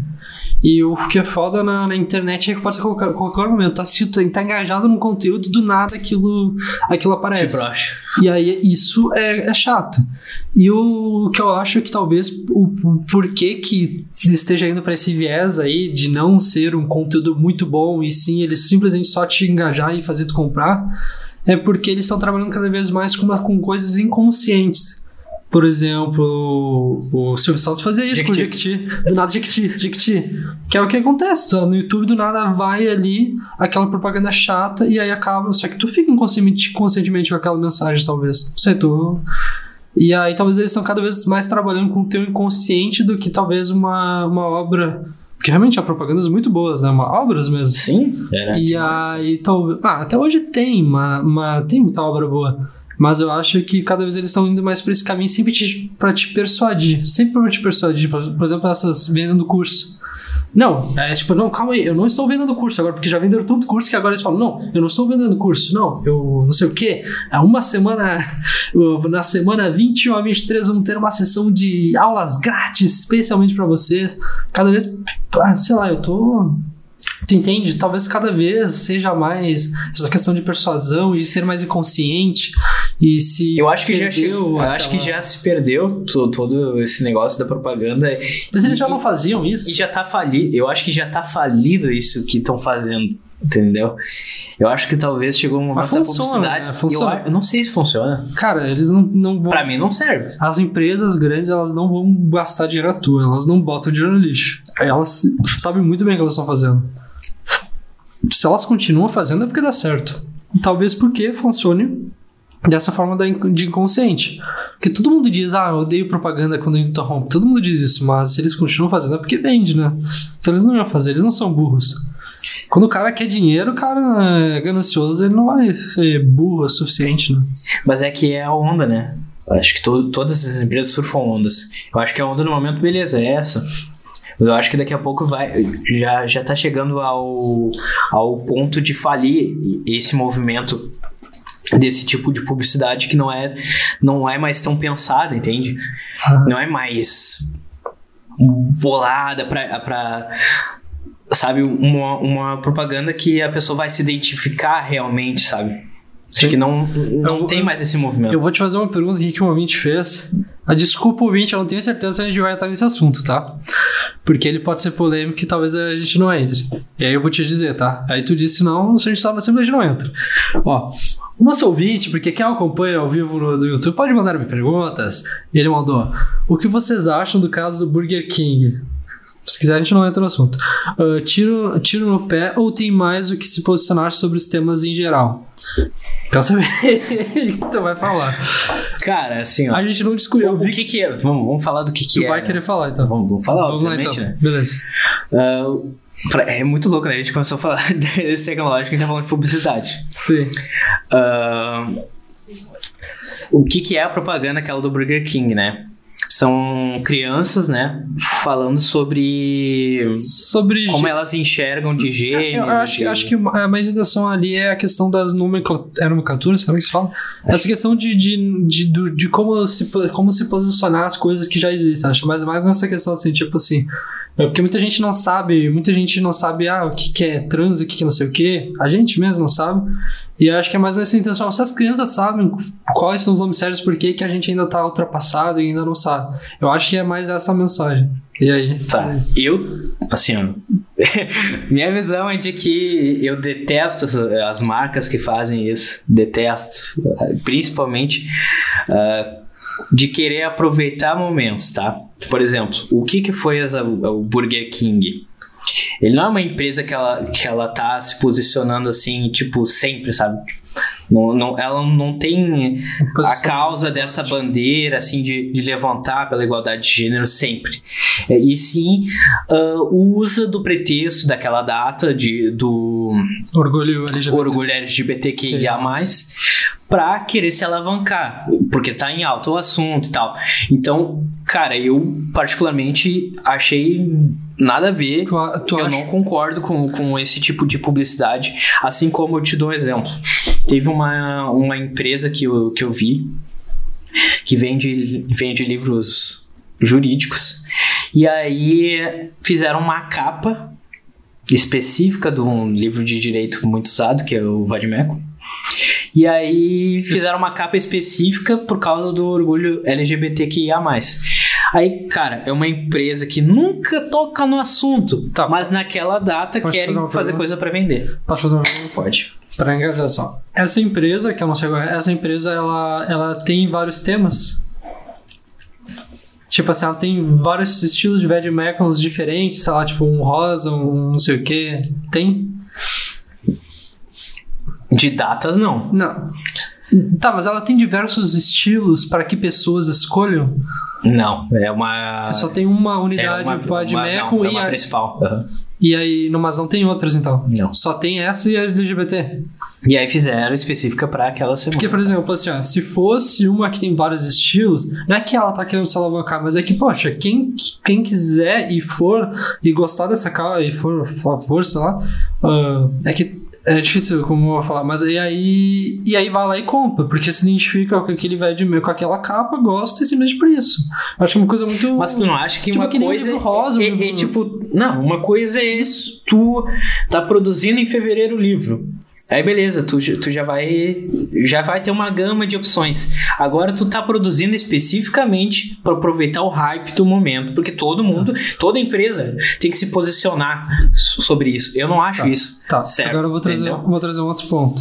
E o que é foda na, na internet é que pode ser qualquer, qualquer momento. Tá assistindo, tá engajado num conteúdo, do nada aquilo, aquilo aparece. Tipo, acho. E aí isso é, é chato. E o que eu acho que talvez o, o porquê que esteja indo pra esse viés aí de não ser um conteúdo muito bom e sim eles simplesmente só te engajar e fazer tu comprar, é porque eles estão trabalhando cada vez mais com, uma, com coisas inconscientes. Por exemplo, o Silvio Santos fazia isso com o Jequiti. Do nada, Jequiti, Jequiti. Que é o que acontece. No YouTube, do nada, vai ali aquela propaganda chata e aí acaba. Só que tu fica inconscientemente, conscientemente com aquela mensagem, talvez. Não sei, tu... E aí, talvez eles estão cada vez mais trabalhando com o teu inconsciente do que talvez uma, uma obra... Porque realmente há propagandas muito boas, né? Uma, obras mesmo. Sim. Era e aí, talvez... Ah, até hoje tem, uma, uma, tem muita obra boa. Mas eu acho que cada vez eles estão indo mais por esse caminho sempre te, pra te persuadir. Sempre pra te persuadir. Por, por exemplo, essas vendendo curso. Não, é tipo, não, calma aí, eu não estou vendendo curso agora, porque já venderam tanto curso que agora eles falam, não, eu não estou vendendo curso, não, eu não sei o que. Há uma semana, na semana vinte e um a vinte e três, vamos ter uma sessão de aulas grátis, especialmente pra vocês. Cada vez, sei lá, eu tô... Tu entende? Talvez cada vez seja mais essa questão de persuasão e de ser mais inconsciente. E se eu acho que já chegou, eu acho que já se perdeu todo, todo esse negócio da propaganda. Mas eles e, já não faziam isso? E já tá falido. Eu acho que já tá falido isso que estão fazendo. Entendeu? Eu acho que talvez chegou um momento da publicidade. Né? Funciona. Eu, eu não sei se funciona. Cara, eles não, não vão. Pra mim não serve. As empresas grandes, elas não vão gastar dinheiro à toa. Elas não botam dinheiro no lixo. Elas sabem muito bem o que elas estão fazendo. Se elas continuam fazendo é porque dá certo. Talvez porque funcione dessa forma de inconsciente. Porque todo mundo diz, ah, eu odeio propaganda quando interrompe. Todo mundo diz isso, mas se eles continuam fazendo é porque vende, né? Se eles não iam fazer, eles não são burros. Quando o cara quer dinheiro, o cara é ganancioso, ele não vai ser burro o suficiente, né? Mas é que é a onda, né? Eu acho que to- todas as empresas surfam ondas. Eu acho que a onda no momento, beleza, é essa. Mas eu acho que daqui a pouco vai, já, já tá chegando ao, ao ponto de falir esse movimento desse tipo de publicidade que não é, não é mais tão pensada, entende? Ah. Não é mais bolada pra, pra sabe, uma, uma propaganda que a pessoa vai se identificar realmente, sabe? Sim. Acho que não, não eu, tem mais esse movimento. Eu vou te fazer uma pergunta aqui que um ouvinte fez. A desculpa, ouvinte, eu não tenho certeza se a gente vai estar nesse assunto, tá? Porque ele pode ser polêmico e talvez a gente não entre. E aí eu vou te dizer, tá? Aí tu disse não, se a gente tá na Assembleia, a gente não entra. Ó, o nosso ouvinte, porque quem acompanha ao vivo no, no YouTube, pode mandar-me perguntas. E ele mandou, o que vocês acham do caso do Burger King? Se quiser, a gente não entra no assunto. Uh, tiro, tiro no pé ou tem mais o que se posicionar sobre os temas em geral? Quero saber o que tu vai falar. Cara, assim, ó. A gente não discutiu. O, o que que é? Vamos, vamos falar do que que tu é. Tu vai né? querer falar, então. Vamos, vamos falar, vamos obviamente, lá, então. né? Beleza. Uh, pra, é muito louco, né? A gente começou a falar desse tecnológico e a gente tá falando de publicidade. Sim. Uh, o que que é a propaganda aquela do Burger King, né? São crianças, né, falando sobre, sobre como ge... elas enxergam de gênero. Eu acho, de... acho que a mais intenção ali é a questão das nomenclaturas, é nomenclatura, sabe o que se fala? Acho... Essa questão de, de, de, de, de como, se, como se posicionar as coisas que já existem, acho, mas mais nessa questão assim, tipo assim, é porque muita gente não sabe, muita gente não sabe ah, o que, que é trans, o que, que é não sei o que, a gente mesmo não sabe, e eu acho que é mais nessa intenção, se as crianças sabem quais são os nomes sérios, por que que a gente ainda tá ultrapassado e ainda não sabe, eu acho que é mais essa mensagem. E aí? Tá, eu, assim, ó, minha visão é de que eu detesto as, as marcas que fazem isso, detesto, principalmente uh, de querer aproveitar momentos, tá? Por exemplo, o que que foi essa, o Burger King? Ele não é uma empresa que ela, que ela tá se posicionando assim, tipo, sempre, sabe? Não, não, ela não tem a causa dessa bandeira, assim, de, de levantar pela igualdade de gênero sempre. É, e sim, uh, usa do pretexto daquela data de, do orgulho L G B T, orgulho L G B T Q I A mais, pra querer se alavancar, porque tá em alta o assunto e tal. Então, cara, eu particularmente achei nada a ver. Tu, tu eu acha... não concordo com, com esse tipo de publicidade, assim como eu te dou um exemplo. Teve uma, uma empresa que eu, que eu vi que vende, vende livros jurídicos, e aí fizeram uma capa específica de um livro de direito muito usado, que é o Vadimeco. E aí fizeram uma capa específica por causa do orgulho L G B T Q I A mais. Aí, cara, é uma empresa que nunca toca no assunto, tá, mas naquela data Pode querem fazer, fazer coisa pra vender. Posso fazer uma pergunta? Pode. Pra engajar só. Essa empresa, que eu não sei agora, essa empresa, ela, ela tem vários temas? Tipo assim, ela tem vários estilos de vademecums diferentes, sei lá, tipo um rosa, um não sei o que. Tem? De datas, não. Não. Tá, mas ela tem diversos estilos para que pessoas escolham? Não, é uma... Só tem uma unidade é uma, vademecum uma, não, é uma e a... principal. Uhum. E aí, não, mas não tem outras então? Não. Só tem essa e a L G B T? E aí fizeram específica pra aquela semana. Porque, por exemplo, assim, ó, se fosse uma que tem vários estilos, não é que ela tá querendo se alavancar, mas é que, poxa, quem, quem quiser e for e gostar dessa cara e for a favor, sei lá, uh, é que é difícil, como eu vou falar, mas e aí, e aí vai lá e compra, porque se identifica com aquele velho de meio, com aquela capa, gosta e simplesmente por isso. Acho que é uma coisa muito... Mas tu não acha que tipo, uma que coisa... Um rosa, é, um é, é tipo... Não, uma coisa é isso. Tu tá produzindo em fevereiro o livro. Aí beleza, tu, tu já vai já vai ter uma gama de opções. Agora tu tá produzindo especificamente para aproveitar o hype do momento, porque todo mundo, tá. toda empresa tem que se posicionar sobre isso. Eu não acho tá. isso tá. certo. Agora eu vou trazer, vou trazer um outro ponto.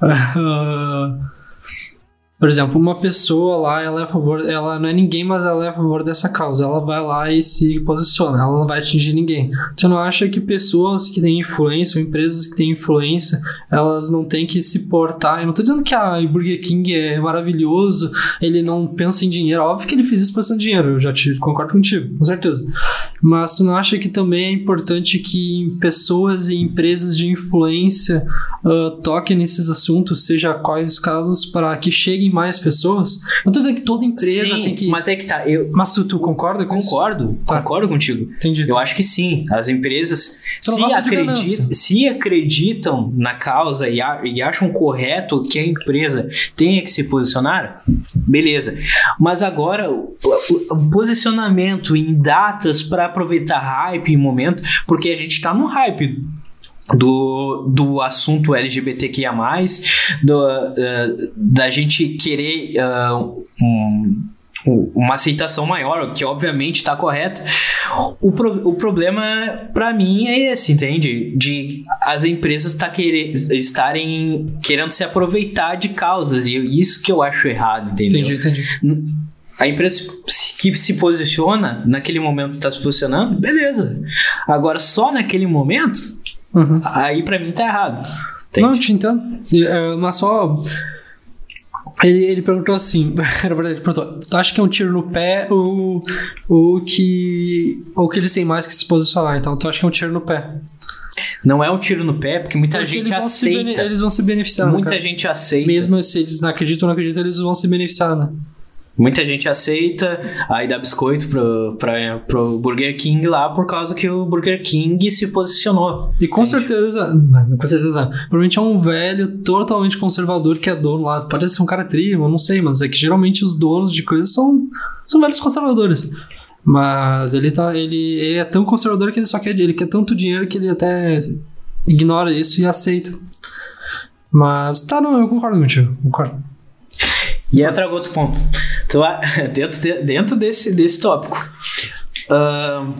Uh, por exemplo, uma pessoa lá, ela é a favor, ela não é ninguém, mas ela é a favor dessa causa. Ela vai lá e se posiciona, ela não vai atingir ninguém. Você não acha que pessoas que têm influência, ou empresas que têm influência, elas não têm que se portar? Eu não tô dizendo que a Burger King é maravilhoso, ele não pensa em dinheiro. Óbvio que ele fez isso pensando em dinheiro, eu já te concordo contigo, com certeza. Mas tu não acha que também é importante que pessoas e empresas de influência uh, toquem nesses assuntos, seja quais casos, para que cheguem mais pessoas? Não tô dizendo que toda empresa sim, tem que... mas é que tá... Eu... Mas tu, tu concorda com concordo, isso? Concordo, concordo contigo. Entendi. Eu acho que sim. As empresas se, acredit... se acreditam na causa e, a... e acham correto que a empresa tenha que se posicionar, beleza. Mas agora, o, o, o posicionamento em datas para aproveitar hype em momento, porque a gente tá no hype do, do assunto L G B T Q I A mais, do, uh, da gente querer uh, um, uma aceitação maior, que obviamente está correto. O, pro, o problema para mim é esse, entende? De as empresas tá querer, estarem querendo se aproveitar de causas, e isso que eu acho errado, entendeu? Entendi, entendi. A empresa que se posiciona, naquele momento está se posicionando, beleza. Agora, só naquele momento, uhum. aí pra mim tá errado. Entende? Não, eu te entendo. Mas só... Ele, ele perguntou assim, na verdade ele perguntou, tu acha que é um tiro no pé ou, ou, que, ou que eles têm mais que se posicionar? Então tu acha que é um tiro no pé? Não é um tiro no pé, porque muita porque gente eles aceita. Bene, eles vão se beneficiar. Muita né, gente aceita. Mesmo se eles não acreditam ou não acreditam, eles vão se beneficiar, né? Muita gente aceita, aí dá biscoito pro, pra, pro Burger King lá por causa que o Burger King se posicionou. E com entende? certeza, com certeza, provavelmente é um velho totalmente conservador que é dono lá. Pode ser um cara trio, eu não sei, mas é que geralmente os donos de coisas são, são velhos conservadores. Mas ele, tá, ele, ele é tão conservador que ele só quer, ele quer tanto dinheiro que ele até ignora isso e aceita. Mas tá, não, eu concordo contigo, concordo. E aí eu trago outro ponto. Então, dentro, de, dentro desse, desse tópico, uh,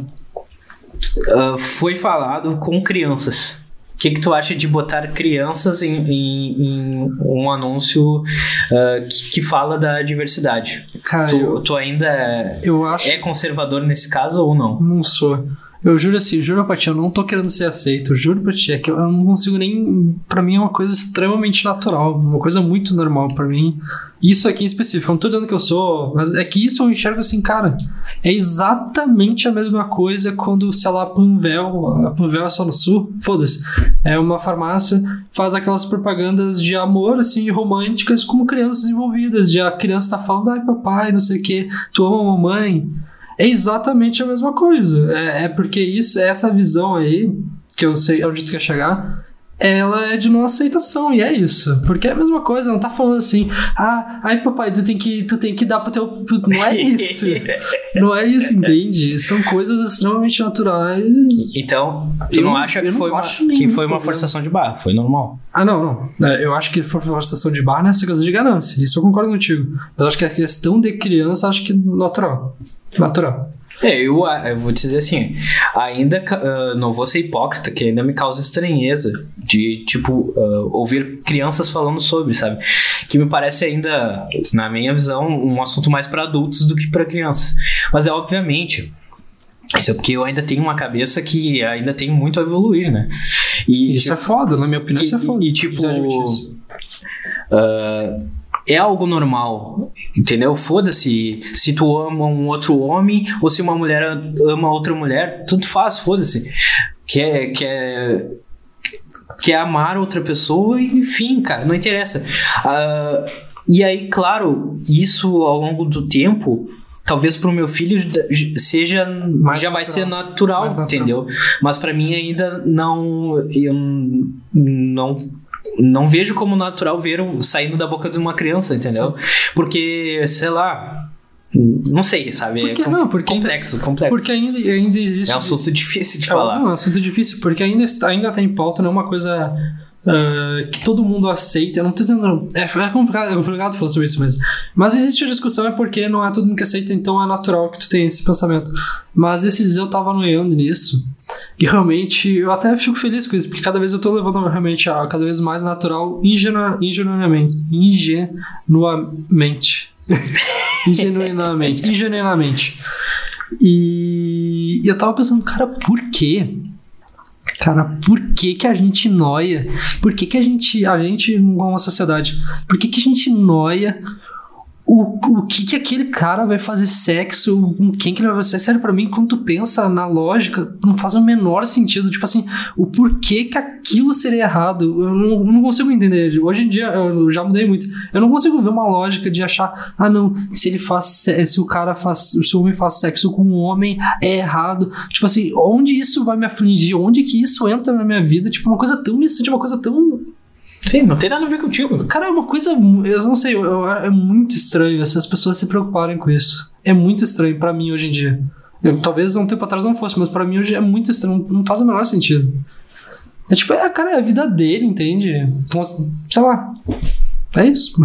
uh, foi falado com crianças. O que, que tu acha de botar crianças em, em, em um anúncio uh, que, que fala da diversidade? Cara, tu, eu, tu ainda eu acho, é conservador nesse caso ou não? Não sou. Eu juro assim, juro pra ti, eu não tô querendo ser aceito, eu juro pra ti, é que eu não consigo nem... Pra mim é uma coisa extremamente natural, uma coisa muito normal pra mim. Isso aqui em específico, eu não tô dizendo que eu sou, mas é que isso eu enxergo assim, cara, é exatamente a mesma coisa quando, sei lá, a Panvel, a Panvel é só no sul, foda-se, é uma farmácia, faz aquelas propagandas de amor, assim, românticas com crianças envolvidas, de a criança tá falando, ai papai, não sei o que, tu ama a mamãe. É exatamente a mesma coisa. É, é porque isso, essa visão aí, que eu sei onde tu quer chegar, ela é de não aceitação, e é isso. Porque é a mesma coisa, não tá falando assim, ah, ai papai, tu tem que, tu tem que dar pro teu... Não é isso. Não é isso, entende? São coisas extremamente naturais. Então, tu eu, não acha que foi, uma, que foi uma forçação de barra? Foi normal? Ah, não, não. É, eu acho que foi forçação de barra nessa coisa de ganância. Isso eu concordo contigo. Mas eu acho que a questão de criança, acho que natural. Natural. É, eu, eu vou dizer assim, ainda uh, não vou ser hipócrita, que ainda me causa estranheza de, tipo, uh, ouvir crianças falando sobre, sabe? Que me parece ainda, na minha visão, um assunto mais para adultos do que para crianças. Mas é obviamente, isso é porque eu ainda tenho uma cabeça que ainda tem muito a evoluir, né? E, isso tipo, é foda, na minha opinião, e, isso é foda. E, tipo... Uh, é algo normal, entendeu? Foda-se se tu ama um outro homem ou se uma mulher ama outra mulher, tanto faz, foda-se. Quer, quer, quer amar outra pessoa, enfim, cara, não interessa. Uh, e aí, claro, isso ao longo do tempo, talvez pro meu filho seja mais já natural. Vai ser natural, mais entendeu? Natural. Mas pra mim ainda não, eu não não vejo como natural ver o, saindo da boca de uma criança, entendeu? Sim. Porque, sei lá, não sei, sabe? Porque, é com, não, porque complexo, ainda, complexo. Porque ainda, ainda existe... É um assunto difícil de é, falar. Não, é um assunto difícil, porque ainda, está, ainda tá em pauta, não é uma coisa uh, que todo mundo aceita. Eu não tô dizendo... É, é, complicado, é complicado falar sobre isso mesmo. Mas existe a discussão, é porque não é todo mundo que aceita, então é natural que tu tenha esse pensamento. Mas esses dias eu tava noiando nisso. E realmente, eu até fico feliz com isso, porque cada vez eu tô levando realmente a cada vez mais natural, ingenu, ingenuamente. Ingenuamente. Ingenuinamente. Ingenuinamente. E, e eu tava pensando, cara, por quê? Cara, por que que a gente noia? Por que que a gente, a gente, como sociedade, por que que a gente noia O, o que que aquele cara vai fazer sexo, com quem que ele vai fazer? Sério, pra mim, quando tu pensa na lógica, não faz o menor sentido. Tipo assim, o porquê que aquilo seria errado, eu não, eu não consigo entender. Hoje em dia, eu já mudei muito. Eu não consigo ver uma lógica de achar, ah não, se ele faz, se o cara faz, se o homem faz sexo com um homem, é errado. Tipo assim, onde isso vai me afligir? Onde que isso entra na minha vida? Tipo, uma coisa tão distante, uma coisa tão... Sim, não tem nada a ver contigo. Cara, é uma coisa... Eu não sei, eu, eu, é muito estranho essas pessoas se preocuparem com isso. É muito estranho pra mim hoje em dia. Eu, talvez um tempo atrás não fosse, mas pra mim hoje é muito estranho. Não faz o menor sentido. É tipo, é, cara, é a vida dele, entende? Então, sei lá. É isso.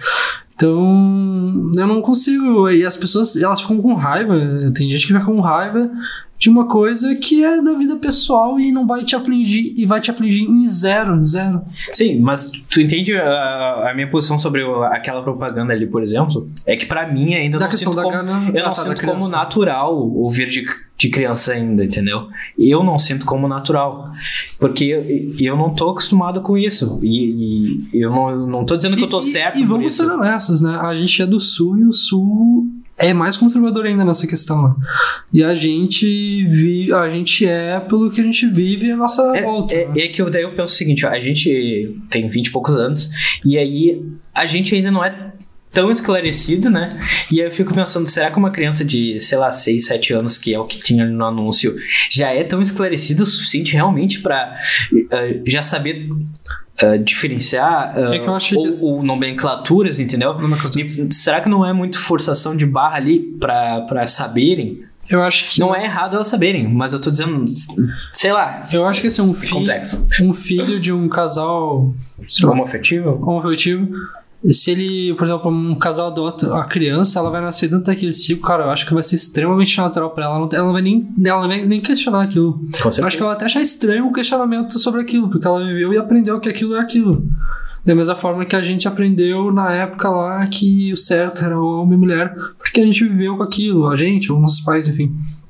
Então, eu não consigo... E as pessoas, elas ficam com raiva. Tem gente que fica com raiva de uma coisa que é da vida pessoal e não vai te afligir, e vai te afligir em zero, zero. Sim, mas tu entende a, a minha posição sobre aquela propaganda ali, por exemplo? É que pra mim ainda da não sinto como, gana, eu não ah, tá, sinto como natural ouvir de, de criança ainda, entendeu? Eu não sinto como natural, porque eu, eu não tô acostumado com isso, e, e eu não, não tô dizendo que eu tô e, certo e, e por vamos isso. ser honestos, né? A gente é do Sul e o Sul... é mais conservador ainda nessa questão, né? E a gente vive, a gente é pelo que a gente vive a nossa é, volta. É, né? é que eu, daí eu penso o seguinte, ó, a gente tem vinte e poucos anos, e aí a gente ainda não é tão esclarecido, né? E aí eu fico pensando, será que uma criança de, sei lá, seis, sete anos, que é o que tinha no anúncio, já é tão esclarecida o suficiente realmente pra uh, já saber... Uh, diferenciar uh, é que eu acho ou, que... ou nomenclaturas, entendeu? Nomenclatura. E será que não é muito forçação de barra ali pra, pra saberem? Eu acho que... Não é errado elas saberem, mas eu tô dizendo, sei lá. Eu acho que esse é um é filho, complexo. um filho de um casal homoafetivo? homoafetivo. Se ele, por exemplo, um casal adota a criança, ela vai nascer dentro daquele ciclo, cara, eu acho que vai ser extremamente natural pra ela. Ela não, ela não vai nem, ela não vai nem questionar aquilo. Com certeza. Eu acho que ela vai até achar estranho o questionamento sobre aquilo, porque ela viveu e aprendeu que aquilo é aquilo. Da mesma forma que a gente aprendeu na época lá que o certo era homem e mulher, porque a gente viveu com aquilo, a gente, ou nossos pais, enfim.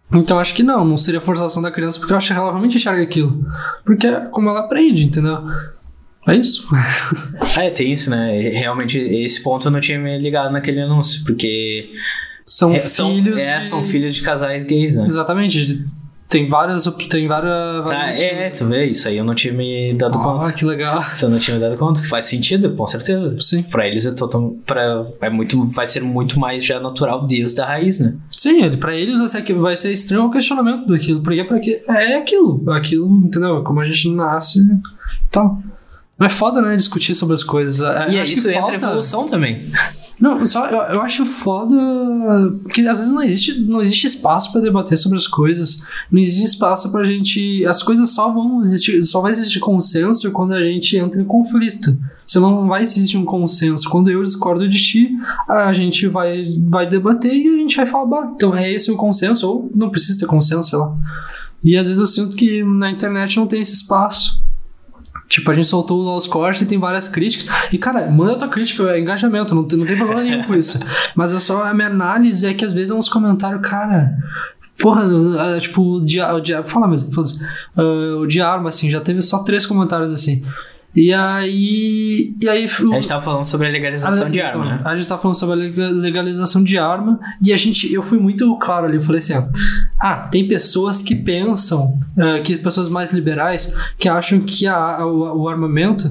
Então acho que não, não seria forçação da criança, porque eu acho que ela realmente enxerga aquilo. Porque é como ela aprende, entendeu? É isso. Ah, é, tem isso, né? Realmente, esse ponto eu não tinha me ligado naquele anúncio, porque... São é, são, filhos é, de... são filhos de casais gays, né? Exatamente. Tem várias... Tem várias... Tá, várias... é, tu vê, isso aí eu não tinha me dado ah, conta. Ah, que legal. Isso eu não tinha me dado conta. Faz sentido, com certeza. Sim. Pra eles é total... Pra, é muito, vai ser muito mais já natural desde a raiz, né? Sim, ele, pra eles vai ser, vai ser estranho o questionamento daquilo. Porque pra que é aquilo. Aquilo, entendeu? Como a gente nasce e tal. Mas é foda, né? Discutir sobre as coisas. É, e é isso entra a evolução também. Não, só eu, eu acho foda que às vezes não existe, não existe espaço pra debater sobre as coisas. Não existe espaço pra gente... As coisas só vão existir... Só vai existir consenso quando a gente entra em conflito. Senão não vai existir um consenso. Quando eu discordo de ti, a gente vai, vai debater e a gente vai falar, bah, então é esse o consenso, ou não precisa ter consenso, sei lá. E às vezes eu sinto que na internet não tem esse espaço. Tipo, a gente soltou lá os cortes e tem várias críticas. E, cara, manda tua crítica, é engajamento, não tem, não tem problema nenhum com isso. Mas eu só, a minha análise é que às vezes é uns comentários, cara... Porra, tipo, o de, o de, fala mesmo, uh, o de arma, assim, já teve só três comentários, assim. E aí... E aí a gente tava falando sobre a legalização a, de arma, né? A gente tava falando sobre a legalização de arma e a gente... Eu fui muito claro ali, eu falei assim, ó... Ah, tem pessoas que pensam, uh, que pessoas mais liberais, que acham que a, a, o, o armamento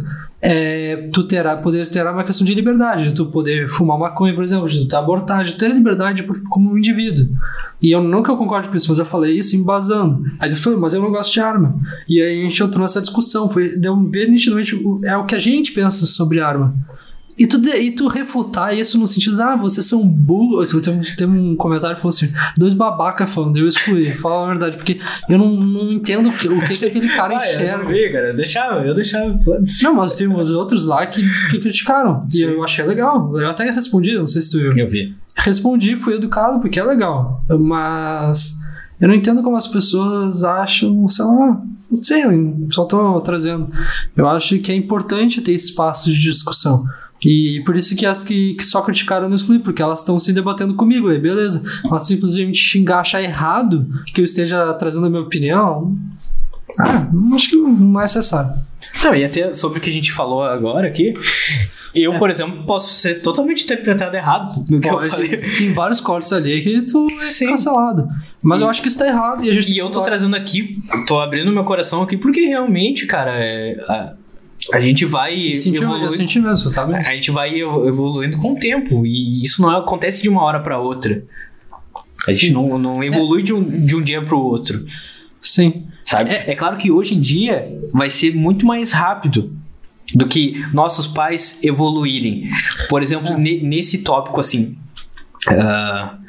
é tu terá, poder ter uma questão de liberdade, de tu poder fumar maconha, por exemplo, de tu abortar, de tu ter liberdade por, como um indivíduo. E eu não que eu concordo com isso, mas eu falei isso embasando. Aí ele falou, mas eu não gosto de arma. E aí a gente entrou nessa discussão, foi, deu ver nitidamente é o que a gente pensa sobre arma. E tu, e tu refutar isso no sentido de, ah, vocês são burros. Tem, tem um comentário que falou assim, dois babacas falando, eu excluí, fala a verdade, porque eu não, não entendo o que, o que, que aquele cara ah, enxerga. Eu não vi, cara, eu deixava, eu deixava. Não, mas tem os outros lá que, que criticaram. Sim. E eu achei legal. Eu até respondi, não sei se tu viu. Eu vi. Respondi, fui educado, porque é legal. Mas eu não entendo como as pessoas acham, sei lá, não sei, só tô trazendo. Eu acho que é importante ter espaço de discussão. E por isso que as que, que só criticaram no excluí, porque elas estão se debatendo comigo, aí beleza. Mas simplesmente xingar, achar errado que eu esteja trazendo a minha opinião, ah, acho que não é necessário. Não, e até sobre o que a gente falou agora aqui, eu, é. por exemplo, posso ser totalmente interpretado errado no que Pode, eu falei. Tem vários cortes ali que tu é cancelado. Mas e, eu acho que isso tá errado. E, a gente e eu tô claro. trazendo aqui, tô abrindo meu coração aqui, porque realmente, cara, é... A... A gente vai evoluindo, eu senti mesmo, tá mesmo. A gente vai evoluindo com o tempo. E isso não acontece de uma hora para outra. A gente não, não evolui é. de, um, de um dia pro outro. Sim. Sabe? É. é claro que hoje em dia vai ser muito mais rápido do que nossos pais evoluírem. Por exemplo, é. ne, nesse tópico assim... Uh,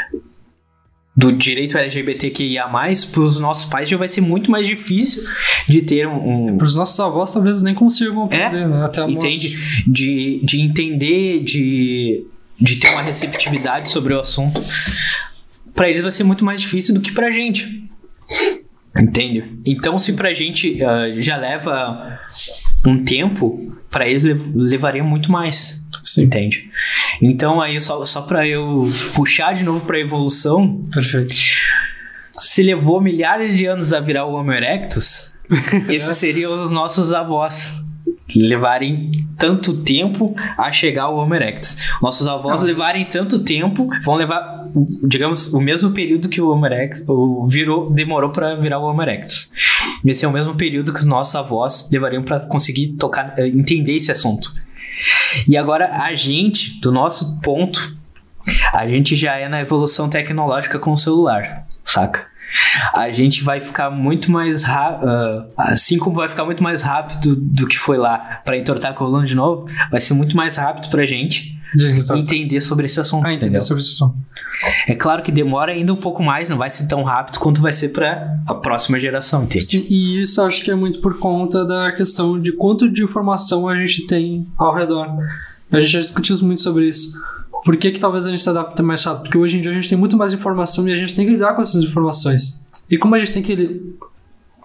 do direito L G B T Q I A mais, para os nossos pais já vai ser muito mais difícil de ter um... um... Para os nossos avós talvez nem consigam aprender, é, né? Até a entende? De, de entender, de, de ter uma receptividade sobre o assunto. Para eles vai ser muito mais difícil do que pra gente. Entende? Então, se pra gente uh, já leva um tempo, para eles lev- levaria muito mais. Sim. Entende? Então, aí, só, só pra eu puxar de novo pra evolução. Perfeito. Se levou milhares de anos a virar o Homo erectus, esses seriam os nossos avós. Levarem tanto tempo a chegar ao Homo erectus. Nossos avós Nossa. levarem tanto tempo, vão levar, digamos, o mesmo período que o Homo erectus o virou, demorou para virar o Homo erectus. Esse é o mesmo período que os nossos avós levariam para conseguir tocar, entender esse assunto. E agora a gente, do nosso ponto, a gente já é na evolução tecnológica com o celular, saca? A gente vai ficar muito mais rápido, uh, assim como vai ficar muito mais rápido do que foi lá para entortar a coluna de novo, vai ser muito mais rápido pra gente entender sobre esse assunto. Ah, entender sobre esse assunto. É claro que demora ainda um pouco mais, não vai ser tão rápido quanto vai ser para a próxima geração, entende? Sim, e isso acho que é muito por conta da questão de quanto de informação a gente tem ao redor. A gente já discutiu muito sobre isso. Por que que talvez a gente se adapte mais rápido? Porque hoje em dia a gente tem muito mais informação e a gente tem que lidar com essas informações. E como a gente tem que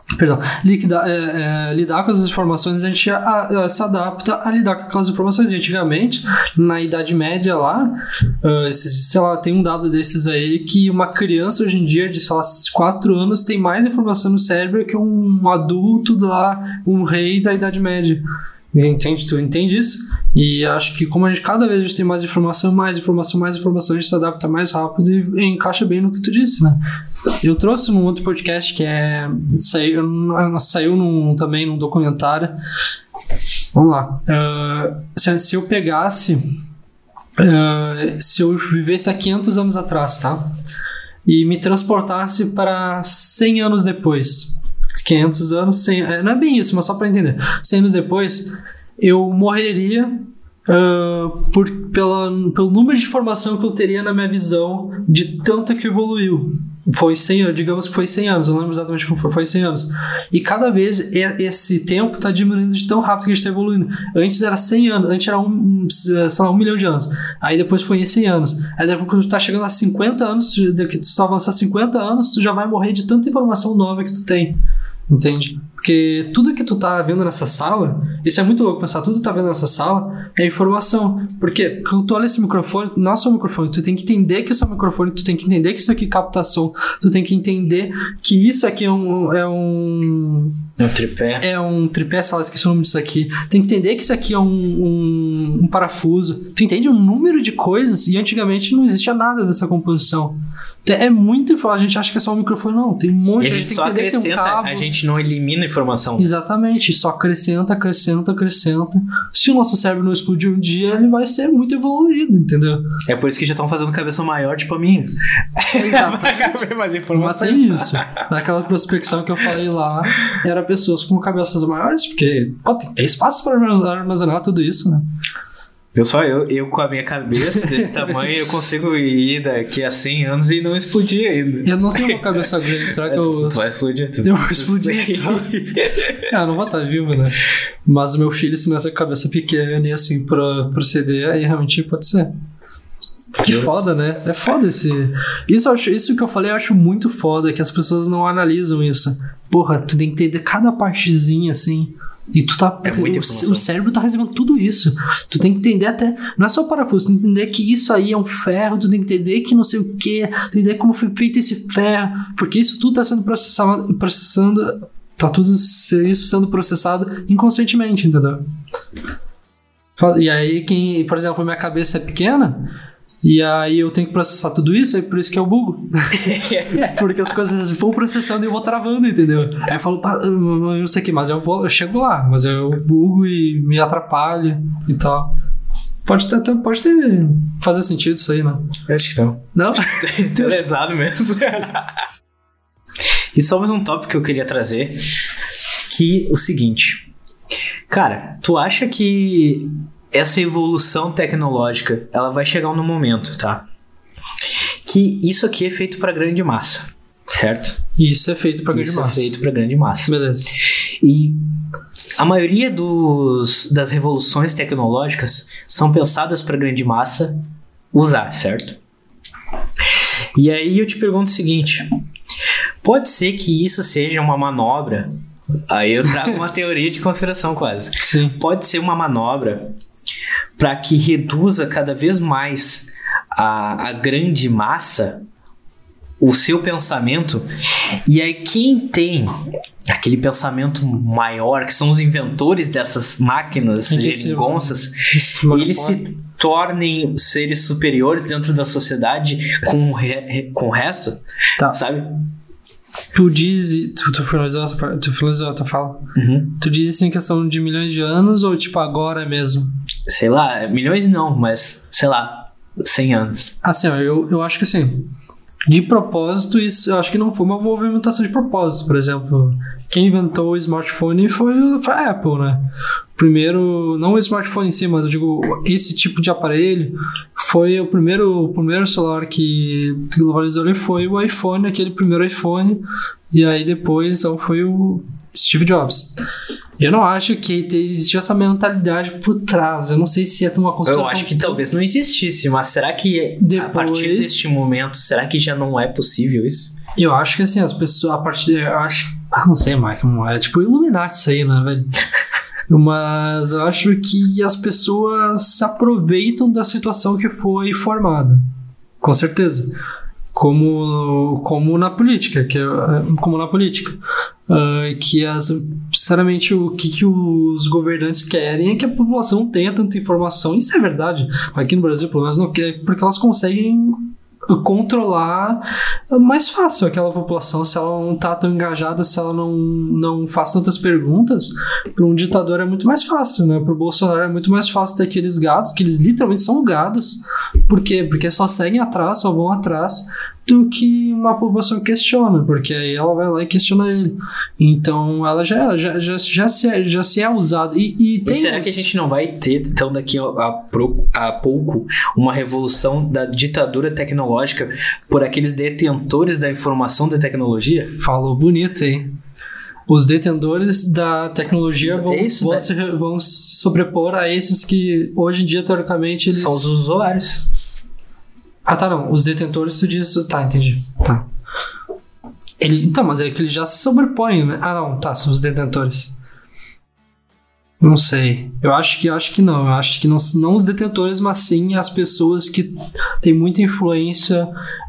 Perdão, liquidar, é, é, lidar com as informações, a gente a, a, se adapta a lidar com aquelas informações. E antigamente, na Idade Média lá, uh, esses, sei lá, tem um dado desses aí que uma criança hoje em dia de, sei lá, quatro anos tem mais informação no cérebro que um adulto lá, um rei da Idade Média. Entende? Tu entende isso? E acho que como a gente cada vez a gente tem mais informação, mais informação, mais informação, a gente se adapta mais rápido e encaixa bem no que tu disse, né? Eu trouxe num outro podcast que é saiu, saiu num, também num documentário. Vamos lá. Uh, se, se eu pegasse uh, se eu vivesse há quinhentos anos atrás, tá? E me transportasse para cem anos depois, quinhentos anos, cem, não é bem isso, mas só para entender. cem anos depois, eu morreria uh, por, pela, pelo número de informação que eu teria na minha visão de tanto que evoluiu. Foi cem anos, digamos que foi cem anos, eu não lembro exatamente como foi, foi cem anos. E cada vez esse tempo está diminuindo de tão rápido que a gente está evoluindo. Antes era cem anos, antes era um, sei lá, um milhão de anos. Aí depois foi em cem anos. Aí depois quando tu tá chegando a cinquenta anos, que tu está avançando a cinquenta anos, tu já vai morrer de tanta informação nova que tu tem. Entende? Porque tudo que tu tá vendo nessa sala, isso é muito louco pensar, tudo que tu tá vendo nessa sala é informação. Porque quando tu olha esse microfone, não é só o microfone, tu tem que entender que isso é um microfone, tu tem que entender que isso aqui capta som, tu tem que entender que isso aqui é um... É um, é um tripé. É um tripé, sei lá, esqueci o nome disso aqui. Tem que entender que isso aqui é um, um, um parafuso. Tu entende um número de coisas e antigamente não existia nada dessa composição. É muito informação, a gente acha que é só um microfone, não, tem um monte, e a gente, a gente só tem que acrescenta, que tem um cabo. A gente não elimina informação. Exatamente, só acrescenta, acrescenta, acrescenta. Se o nosso cérebro não explodir um dia, ele vai ser muito evoluído, entendeu? É por isso que já estão fazendo cabeça maior, tipo a minha. Vai caber mais informação. Mas tem isso. Naquela prospecção que eu falei lá, era pessoas com cabeças maiores, porque pô, tem espaço para armazenar tudo isso, né? Eu só, eu, eu com a minha cabeça desse tamanho, eu consigo ir daqui a cem anos e não explodir ainda. Eu não tenho uma cabeça grande, será que eu... Tu vai explodir? Tu eu vou explodir, então. Ah, não vou estar vivo, né? Mas o meu filho, se nessa cabeça pequena e assim, pra proceder, aí realmente pode ser. Que foda, né? É foda esse... Isso, eu acho, isso que eu falei eu acho muito foda, que as pessoas não analisam isso. Porra, tu tem que entender cada partezinha, assim... E tu tá. É muita o, o cérebro tá recebendo tudo isso. Tu tem que entender até. Não é só o parafuso, tu tem que entender que isso aí é um ferro, tu tem que entender que não sei o que, tu tem que entender como foi feito esse ferro. Porque isso tudo tá sendo processado. processando. Tá tudo isso sendo processado inconscientemente, entendeu? E aí, quem, por exemplo, minha cabeça é pequena. E aí eu tenho que processar tudo isso, é por isso que eu bugo. Porque as coisas vão processando e eu vou travando, entendeu? Aí eu falo, eu não sei o que, mas eu, vou, eu chego lá, mas eu bugo e me atrapalho e tal. Pode ter, pode ter fazer sentido isso aí, né? Acho que não. Não? Tô lesado mesmo. E só mais um tópico que eu queria trazer, que o seguinte. Cara, tu acha que essa evolução tecnológica, ela vai chegar num momento, tá? Que isso aqui é feito pra grande massa, certo? Isso é feito pra grande isso massa. Isso é feito pra grande massa. Beleza. E a maioria dos, das revoluções tecnológicas são pensadas pra grande massa usar, certo? E aí eu te pergunto o seguinte, pode ser que isso seja uma manobra, aí eu trago uma teoria de conspiração quase. Sim. Pode ser uma manobra para que reduza cada vez mais a, a grande massa, o seu pensamento, e aí quem tem aquele pensamento maior, que são os inventores dessas máquinas geringonças, eles se tornem seres superiores dentro da sociedade com, re, com o resto, tá. Sabe? Tu diz, tu, tu finalizou tu finalizou a tua fala. Uhum. Tu diz isso em questão de milhões de anos ou tipo agora mesmo? Sei lá, milhões não, mas sei lá, cem anos. Assim, ó, eu, eu acho que assim, de propósito, isso eu acho que não foi uma movimentação de propósito. Por exemplo, quem inventou o smartphone foi, foi a Apple, né? Primeiro, não o smartphone em si, mas eu digo, esse tipo de aparelho foi o primeiro, o primeiro celular que globalizou, ele foi o iPhone, aquele primeiro iPhone, e aí depois então foi o Steve Jobs. Eu não acho que existiu essa mentalidade por trás. Eu não sei se é uma conspiração. Eu acho que talvez não existisse, mas será que depois, a partir deste momento, será que já não é possível isso? Eu acho que assim, as pessoas, a partir, eu acho Ah, não sei, Mike, é tipo Illuminati isso aí, né, velho? Mas eu acho que as pessoas se aproveitam da situação que foi formada. Com certeza. Como, como na política, que é, como na política. Uh, que, as, sinceramente, o que, que os governantes querem é que a população tenha tanta informação. Isso é verdade. Aqui no Brasil, pelo menos, não quer, porque elas conseguem controlar mais fácil aquela população se ela não tá tão engajada, se ela não, não faz tantas perguntas. Para um ditador é muito mais fácil, né? Para o Bolsonaro é muito mais fácil ter aqueles gados, que eles literalmente são gados. Por quê? Porque só seguem atrás, só vão atrás do que uma população questiona, porque aí ela vai lá e questiona ele. Então ela já, já, já, já, se, já se é usada. E, e, tem e será uns... que a gente não vai ter, então, daqui a, a, a pouco, uma revolução da ditadura tecnológica por aqueles detentores da informação da tecnologia? Falou bonito, hein? Os detentores da tecnologia vão, é isso, vão, né? se, vão se sobrepor a esses que hoje em dia, teoricamente, eles... São os usuários. Ah, tá, não. Os detentores, tu diz... Tá, entendi. Tá. Ele, então, mas é que eles já se sobrepõem, né? Ah, não. Tá, são os detentores. Não sei. Eu acho que, eu acho que não. Eu acho que não, não os detentores, mas sim as pessoas que têm muita influência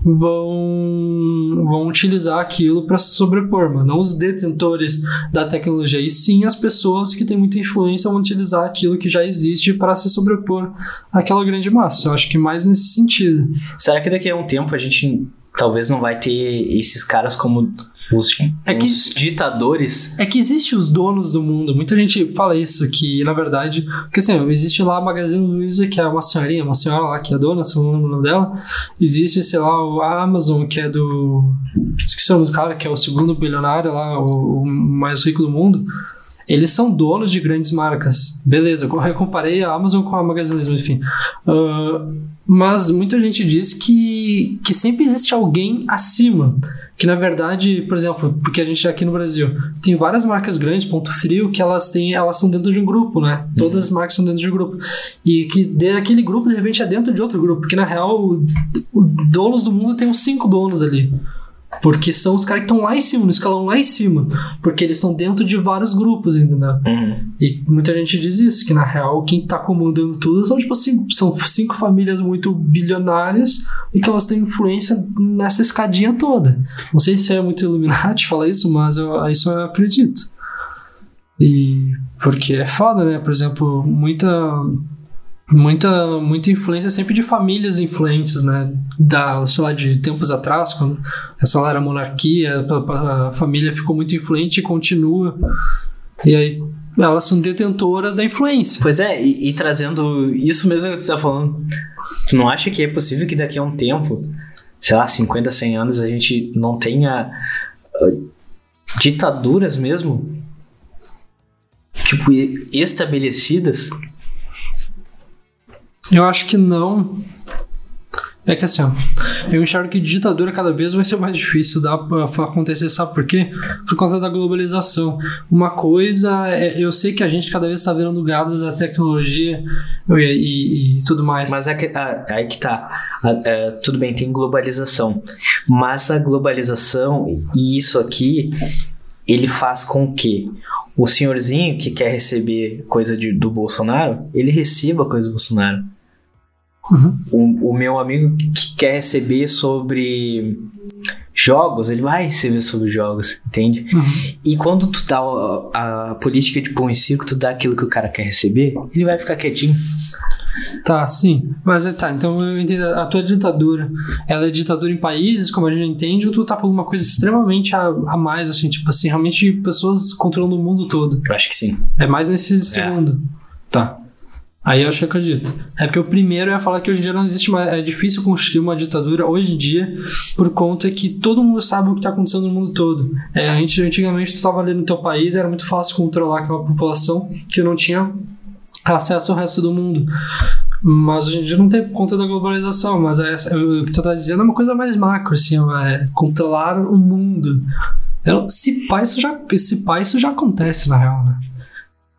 vão, vão utilizar aquilo para se sobrepor, mas não os detentores da tecnologia. E sim as pessoas que têm muita influência vão utilizar aquilo que já existe para se sobrepor àquela grande massa. Eu acho que mais nesse sentido. Será que daqui a um tempo a gente talvez não vai ter esses caras como... Os, é que, os ditadores. É que existe os donos do mundo. Muita gente fala isso, que na verdade... Porque assim, existe lá a Magazine Luiza, que é uma senhorinha, uma senhora lá que é dona, se não lembro o nome dela. Existe, sei lá, a Amazon, que é do... Esqueci o nome do cara, que é o segundo bilionário lá, o, o mais rico do mundo. Eles são donos de grandes marcas. Beleza, eu comparei a Amazon com a Magazine Luiza, enfim. Uh, mas muita gente diz que, que sempre existe alguém acima. Que na verdade, por exemplo, porque a gente aqui no Brasil tem várias marcas grandes, ponto frio, que elas têm, elas são dentro de um grupo, né? Uhum. Todas as marcas são dentro de um grupo. E que daquele grupo, de repente, é dentro de outro grupo. Porque na real, o, o donos do mundo tem uns cinco donos ali. Porque são os caras que estão lá em cima, no escalão lá em cima. Porque eles estão dentro de vários grupos, entendeu? Uhum. E muita gente diz isso, que na real quem tá comandando tudo são tipo cinco, são cinco famílias muito bilionárias e que elas têm influência nessa escadinha toda. Não sei se é muito Illuminati falar isso, mas eu, isso eu acredito. E porque é foda, né? Por exemplo, muita... Muita, muita influência sempre de famílias influentes, né? Da, sei lá, de tempos atrás, quando essa lá era monarquia, a, a família ficou muito influente e continua. E aí elas são detentoras da influência. Pois é, e, e trazendo isso mesmo que tu está falando, tu não acha que é possível que daqui a um tempo, sei lá, cinquenta, cem anos, a gente não tenha uh, ditaduras mesmo, tipo, estabelecidas? Eu acho que não. É que assim, ó, eu enxergo que ditadura cada vez vai ser mais difícil dar pra acontecer, sabe por quê? Por conta da globalização. Uma coisa, é, eu sei que a gente cada vez está virando gado da tecnologia e, e, e tudo mais. Mas é que, ah, aí que tá, ah, é, tudo bem, tem globalização, mas a globalização e isso aqui, ele faz com que o senhorzinho que quer receber coisa de, do Bolsonaro, ele receba coisa do Bolsonaro. Uhum. O, o meu amigo que quer receber sobre jogos, ele vai receber sobre jogos, entende? Uhum. E quando tu dá a, a política de pão e circo, tu dá aquilo que o cara quer receber, ele vai ficar quietinho. Tá, sim. Mas tá, então eu entendo. A tua ditadura, ela é ditadura em países, como a gente entende, ou tu tá falando uma coisa extremamente a, a mais, assim, tipo assim, realmente pessoas controlando o mundo todo? Eu acho que sim. É mais nesse segundo. É. Tá. Aí eu acho que eu acredito. É porque o primeiro eu ia falar que hoje em dia não existe mais. É difícil construir uma ditadura hoje em dia por conta que todo mundo sabe o que está acontecendo no mundo todo. É, a gente, antigamente tu estava ali no teu país, era muito fácil controlar aquela população que não tinha acesso ao resto do mundo. Mas hoje em dia não tem por conta da globalização. Mas é, é, o que tu tá dizendo é uma coisa mais macro, assim, é controlar o mundo. É, se pá, isso já, se pá, isso já acontece na real, né?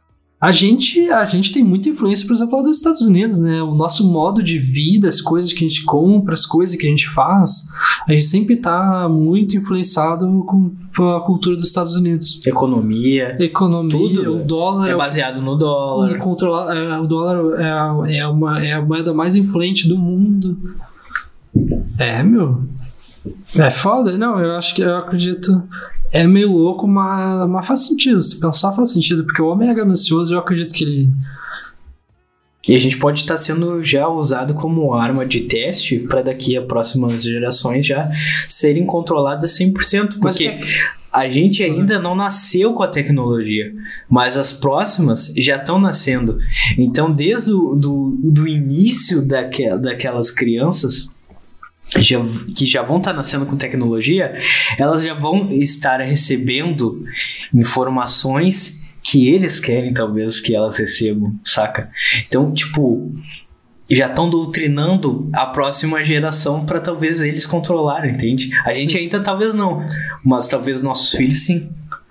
A gente, a gente tem muita influência, por exemplo, lá dos Estados Unidos, né? O nosso modo de vida, as coisas que a gente compra, as coisas que a gente faz, a gente sempre tá muito influenciado com a cultura dos Estados Unidos. Economia. Economia, tudo, o dólar... É baseado no dólar. O, controlar, é, o dólar é, é, uma, é a moeda mais influente do mundo. É, meu... É foda? Não, eu acho que eu acredito... É meio louco, mas, mas faz sentido. Se tu pensar, faz sentido. Porque o homem é ganancioso, eu acredito que ele... E a gente pode estar sendo já usado como arma de teste para daqui a próximas gerações já serem controladas cem por cento. Porque mas... a gente ainda não nasceu com a tecnologia, mas as próximas já estão nascendo. Então, desde o do, do início daque, daquelas crianças... Já, que já vão estar nascendo com tecnologia, elas já vão estar recebendo informações que eles querem, talvez, que elas recebam, saca? Então, tipo, já estão doutrinando a próxima geração para talvez eles controlarem, entende? A gente ainda talvez não, mas talvez nossos filhos sim.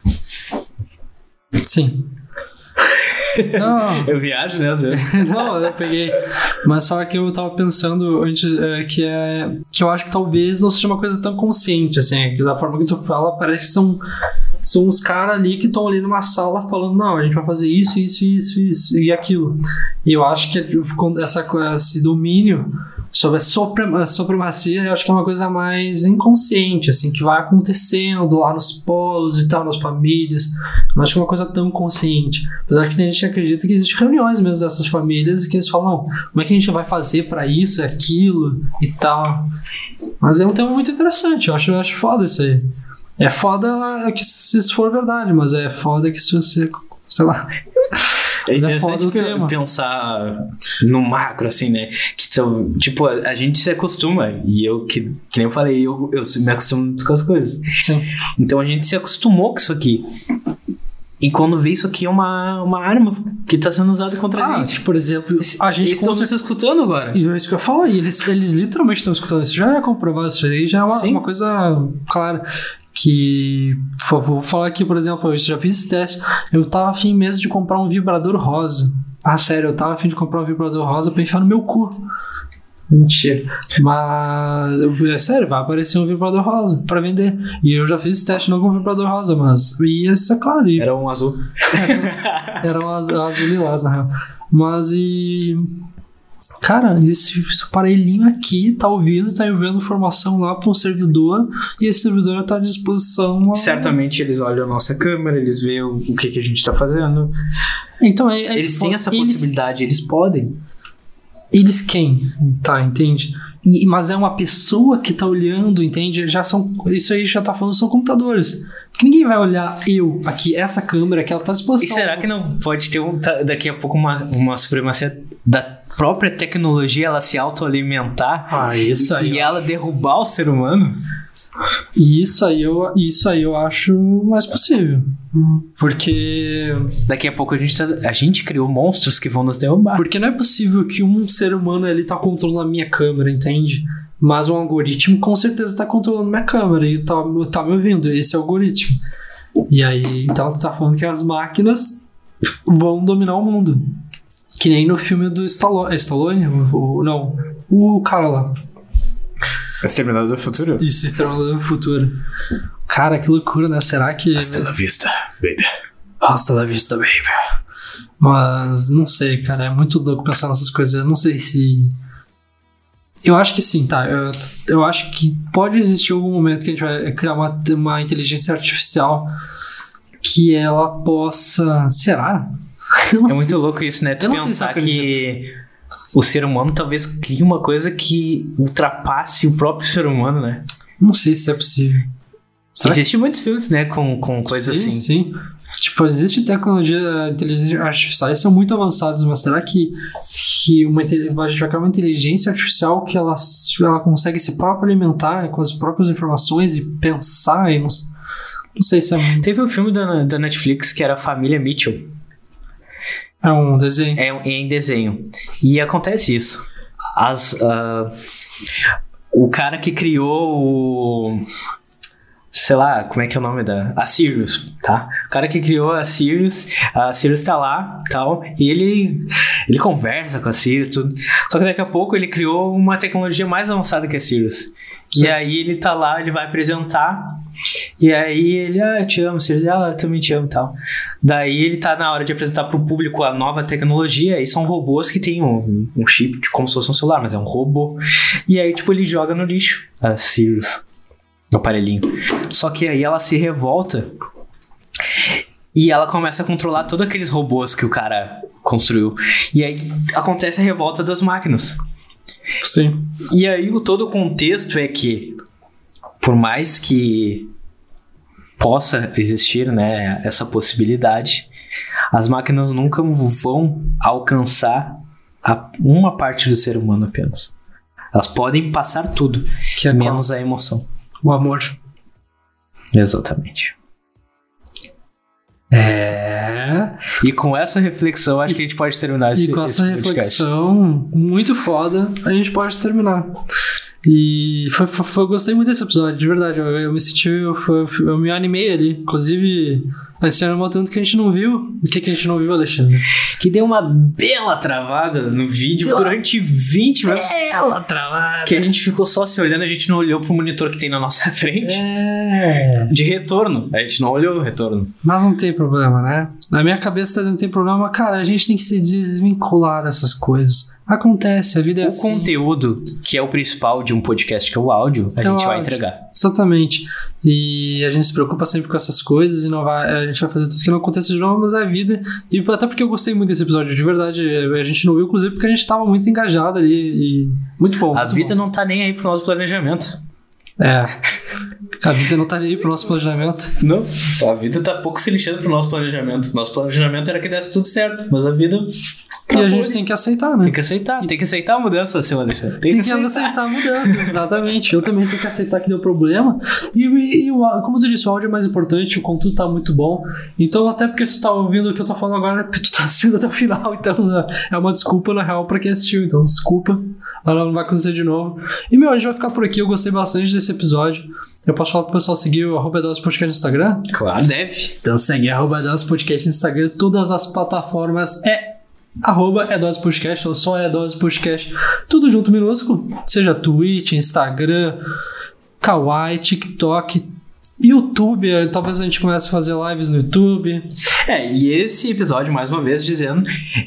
Sim. Não. Eu viajo, né, às vezes. Não, eu peguei. Mas só que eu tava pensando antes, é, que é que eu acho que talvez não seja uma coisa tão consciente, assim, que da forma que tu fala, parece que são, são os caras ali que estão ali numa sala falando, não, a gente vai fazer isso, isso, isso, isso e aquilo. E eu acho que essa, esse domínio sobre a suprema, supremacia, eu acho que é uma coisa mais inconsciente, assim, que vai acontecendo lá nos polos e tal, nas famílias. Não acho que é uma coisa tão consciente. Apesar que tem gente que acredita que existem reuniões mesmo dessas famílias que eles falam, não, como é que a gente vai fazer pra isso, aquilo e tal. Mas é um tema muito interessante, eu acho, eu acho foda isso aí. É foda que se isso for verdade, mas é foda que se você, sei lá... É interessante é pensar no macro, assim, né? Que, tipo, a, a gente se acostuma, e eu, que, que nem eu falei, eu, eu me acostumo muito com as coisas. Sim. Então a gente se acostumou com isso aqui. E quando vê isso aqui é uma, uma arma que está sendo usada contra ah, a gente. Por exemplo, a gente eles estão nos escutando agora. E é isso que eu falo, e eles, eles literalmente estão escutando. Isso já é comprovado, isso aí já é uma, uma coisa clara. Que, vou falar aqui, por exemplo, eu já fiz esse teste. Eu tava afim mesmo de comprar um vibrador rosa. Ah, sério, eu tava afim de comprar um vibrador rosa pra enfiar no meu cu. Mentira. Mas, é sério, vai aparecer um vibrador rosa pra vender. E eu já fiz esse teste não com um vibrador rosa, mas e isso é claro. E... Era um azul. era, era um azul, azul lilás, na real. Mas e... Cara, esse, esse aparelhinho aqui tá ouvindo, tá enviando informação lá para um servidor e esse servidor tá à disposição. A... Certamente eles olham a nossa câmera, eles veem o, o que, que a gente tá fazendo. Então, é, é, eles têm essa possibilidade, eles, eles podem. Eles quem? Tá, entende? E, mas é uma pessoa que tá olhando, entende? Já são, isso aí já tá falando, são computadores. Porque ninguém vai olhar eu aqui, essa câmera que ela tá à disposição. E será que não pode ter um, daqui a pouco uma, uma supremacia da própria tecnologia, ela se autoalimentar ah, isso aí, e ela derrubar o ser humano? Isso aí, eu, isso aí eu acho mais possível. Porque daqui a pouco a gente, tá, a gente criou monstros que vão nos derrubar. Porque não é possível que um ser humano ele tá controlando a minha câmera, entende? Mas um algoritmo com certeza tá controlando minha câmera e tá, tá me ouvindo. Esse é o algoritmo. E aí, então tu tá falando que as máquinas vão dominar o mundo. Que nem no filme do Stallone. É Stallone? O, o, não. O cara lá. Exterminador do Futuro? Isso, Exterminador do Futuro. Cara, que loucura, né? Será que... Hasta la vista, baby. Hasta la vista, baby. Mas, não sei, cara. É muito louco pensar nessas coisas. Eu não sei se... Eu acho que sim, tá? Eu, eu acho que pode existir algum momento que a gente vai criar uma, uma inteligência artificial que ela possa... Será? É muito louco isso, né? Tu pensar que o ser humano talvez crie uma coisa que ultrapasse o próprio ser humano, né? Não sei se é possível. Existem muitos filmes, né? Com, com coisas sim, assim. Sim, tipo, existe tecnologia, inteligência artificiais são muito avançadas, mas será que, que uma, a gente vai criar uma inteligência artificial que ela, ela consegue se próprio alimentar com as próprias informações e pensar e não, não sei se é... Teve um filme da, da Netflix que era Família Mitchell. É um desenho? É, é em desenho. E acontece isso. As, uh, o cara que criou o, sei lá, como é que é o nome da... A Sirius, tá? O cara que criou a Sirius, a Sirius tá lá, tal, e ele, ele conversa com a Sirius, tudo. Só que daqui a pouco ele criou uma tecnologia mais avançada que a Sirius. Sim. E aí ele tá lá, ele vai apresentar, e aí ele, ah, eu te amo, Sirius, ah, eu também te amo, tal. Daí ele tá na hora de apresentar pro público a nova tecnologia, e são robôs que tem um, um chip, de, como se fosse um celular, mas é um robô. E aí, tipo, ele joga no lixo a Sirius. No aparelhinho. Só que aí ela se revolta e ela começa a controlar todos aqueles robôs que o cara construiu. E aí acontece a revolta das máquinas. Sim. E aí o todo o contexto é que, por mais que possa existir, né, essa possibilidade, as máquinas nunca vão alcançar a, uma parte do ser humano apenas. Elas podem passar tudo, que é menos qual? A emoção. O amor. Exatamente. É. E com essa reflexão, acho e, que a gente pode terminar esse E com esse essa podcast. reflexão muito foda, a gente pode terminar. E foi, foi, foi, eu gostei muito desse episódio, de verdade. Eu, eu me senti, eu, foi, eu me animei ali. Inclusive, esse ano tanto que a gente não viu. O que, que a gente não viu, Alexandre? Que deu uma bela travada no vídeo deu durante vinte minutos. Bela travada. Que a gente ficou só se olhando, a gente não olhou pro monitor que tem na nossa frente. É. De retorno. A gente não olhou o retorno. Mas não tem problema, né? Na minha cabeça não tem problema. Cara, a gente tem que se desvincular dessas coisas. Acontece, a vida é o assim. O conteúdo, que é o principal de um podcast, que é o áudio, a é gente vai áudio. entregar. Exatamente. E a gente se preocupa sempre com essas coisas e não vai, a gente vai fazer tudo que não aconteça de novo, mas é a vida. E até porque eu gostei muito desse episódio, de verdade. A gente não viu, inclusive, porque a gente tava muito engajado ali. E muito bom. A muito vida bom. não tá nem aí pro nosso planejamento. É. A vida não tá nem aí pro nosso planejamento. Não. A vida tá pouco se lixando pro nosso planejamento. Nosso planejamento era que desse tudo certo, mas a vida... E a gente tem que aceitar, né? Tem que aceitar, tem que aceitar a mudança, seu Alexandre. Tem, tem que, que aceitar. aceitar a mudança, exatamente. Eu também tenho que aceitar que deu problema. E, e, e como tu disse, o áudio é mais importante, o conteúdo tá muito bom. Então, até porque você tá ouvindo o que eu tô falando agora, é porque tu tá assistindo até o final. Então, é uma desculpa, na real, pra quem assistiu. Então, desculpa. Ela não vai acontecer de novo. E, meu, a gente vai ficar por aqui. Eu gostei bastante desse episódio. Eu posso falar pro pessoal seguir o arroba Edosos Podcast no Instagram? Claro, deve. Então, segue arroba Edosos Podcast no Instagram. Todas as plataformas é arroba Edosos Podcast, ou só Edosos Podcast, tudo junto minúsculo, seja Twitch, Instagram, Kawaii, TikTok, YouTube, talvez a gente comece a fazer lives no YouTube. É, e esse episódio, mais uma vez dizendo,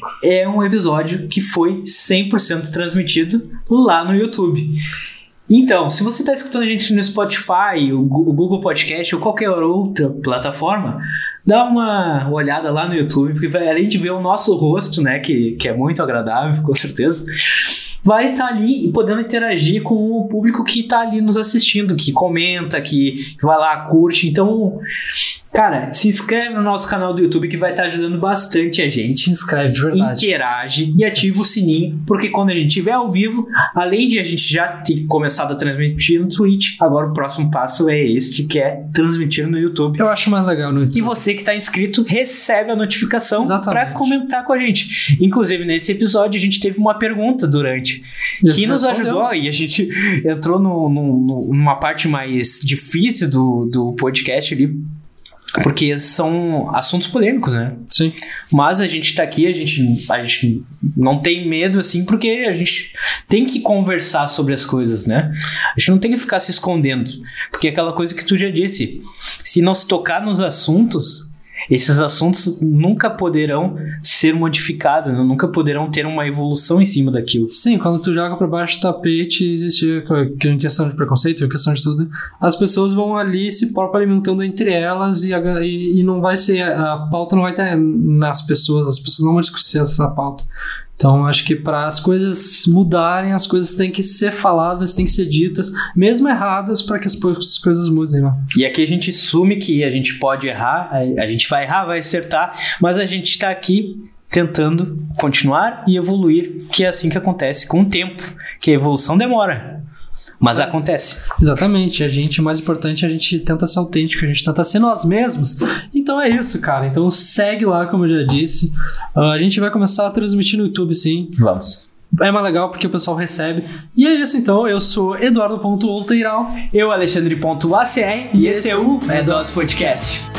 é um episódio que foi cem por cento transmitido lá no YouTube. Então, se você está escutando a gente no Spotify, o Google Podcast ou qualquer outra plataforma, dá uma olhada lá no YouTube, porque vai, além de ver o nosso rosto, né, que, que é muito agradável, com certeza, vai estar tá ali e podendo interagir com o público que está ali nos assistindo, que comenta, que, que vai lá, curte. Então, cara, se inscreve no nosso canal do YouTube, que vai estar tá ajudando bastante a gente. Se inscreve, de verdade. Interage e ativa o sininho, porque quando a gente estiver ao vivo, além de a gente já ter começado a transmitir no Twitch, agora o próximo passo é este, que é transmitir no YouTube. Eu acho mais legal no YouTube. E você que está inscrito recebe a notificação para comentar com a gente. Inclusive, nesse episódio, a gente teve uma pergunta durante, que nos ajudou, e a gente entrou no, no, numa parte mais difícil do, do podcast ali, porque são assuntos polêmicos, né? Sim. Mas a gente tá aqui, a gente, a gente não tem medo, assim, porque a gente tem que conversar sobre as coisas, né? A gente não tem que ficar se escondendo. Porque é aquela coisa que tu já disse, se não se tocar nos assuntos, esses assuntos nunca poderão ser modificados, né? Nunca poderão ter uma evolução em cima daquilo. Sim, quando tu joga pra baixo do tapete, existe em questão de preconceito, em questão de tudo, as pessoas vão ali se próprio alimentando entre elas e, a, e, e não vai ser, a pauta não vai ter nas pessoas, as pessoas não vão discutir essa pauta. Então, acho que para as coisas mudarem, as coisas têm que ser faladas, têm que ser ditas, mesmo erradas, para que as coisas mudem, né? E aqui a gente assume que a gente pode errar, a gente vai errar, vai acertar, mas a gente está aqui tentando continuar e evoluir, que é assim que acontece com o tempo, que a evolução demora. Mas acontece. Exatamente. A gente, o mais importante, a gente tenta ser autêntico, a gente tenta ser nós mesmos. Então é isso, cara. Então segue lá, como eu já disse. Uh, a gente vai começar a transmitir no YouTube, sim. Vamos. é mais legal porque o pessoal recebe. E é isso então, eu sou Eduardo.Outeiral. Eu, Alexandre.A C R. E esse é o Medose Podcast.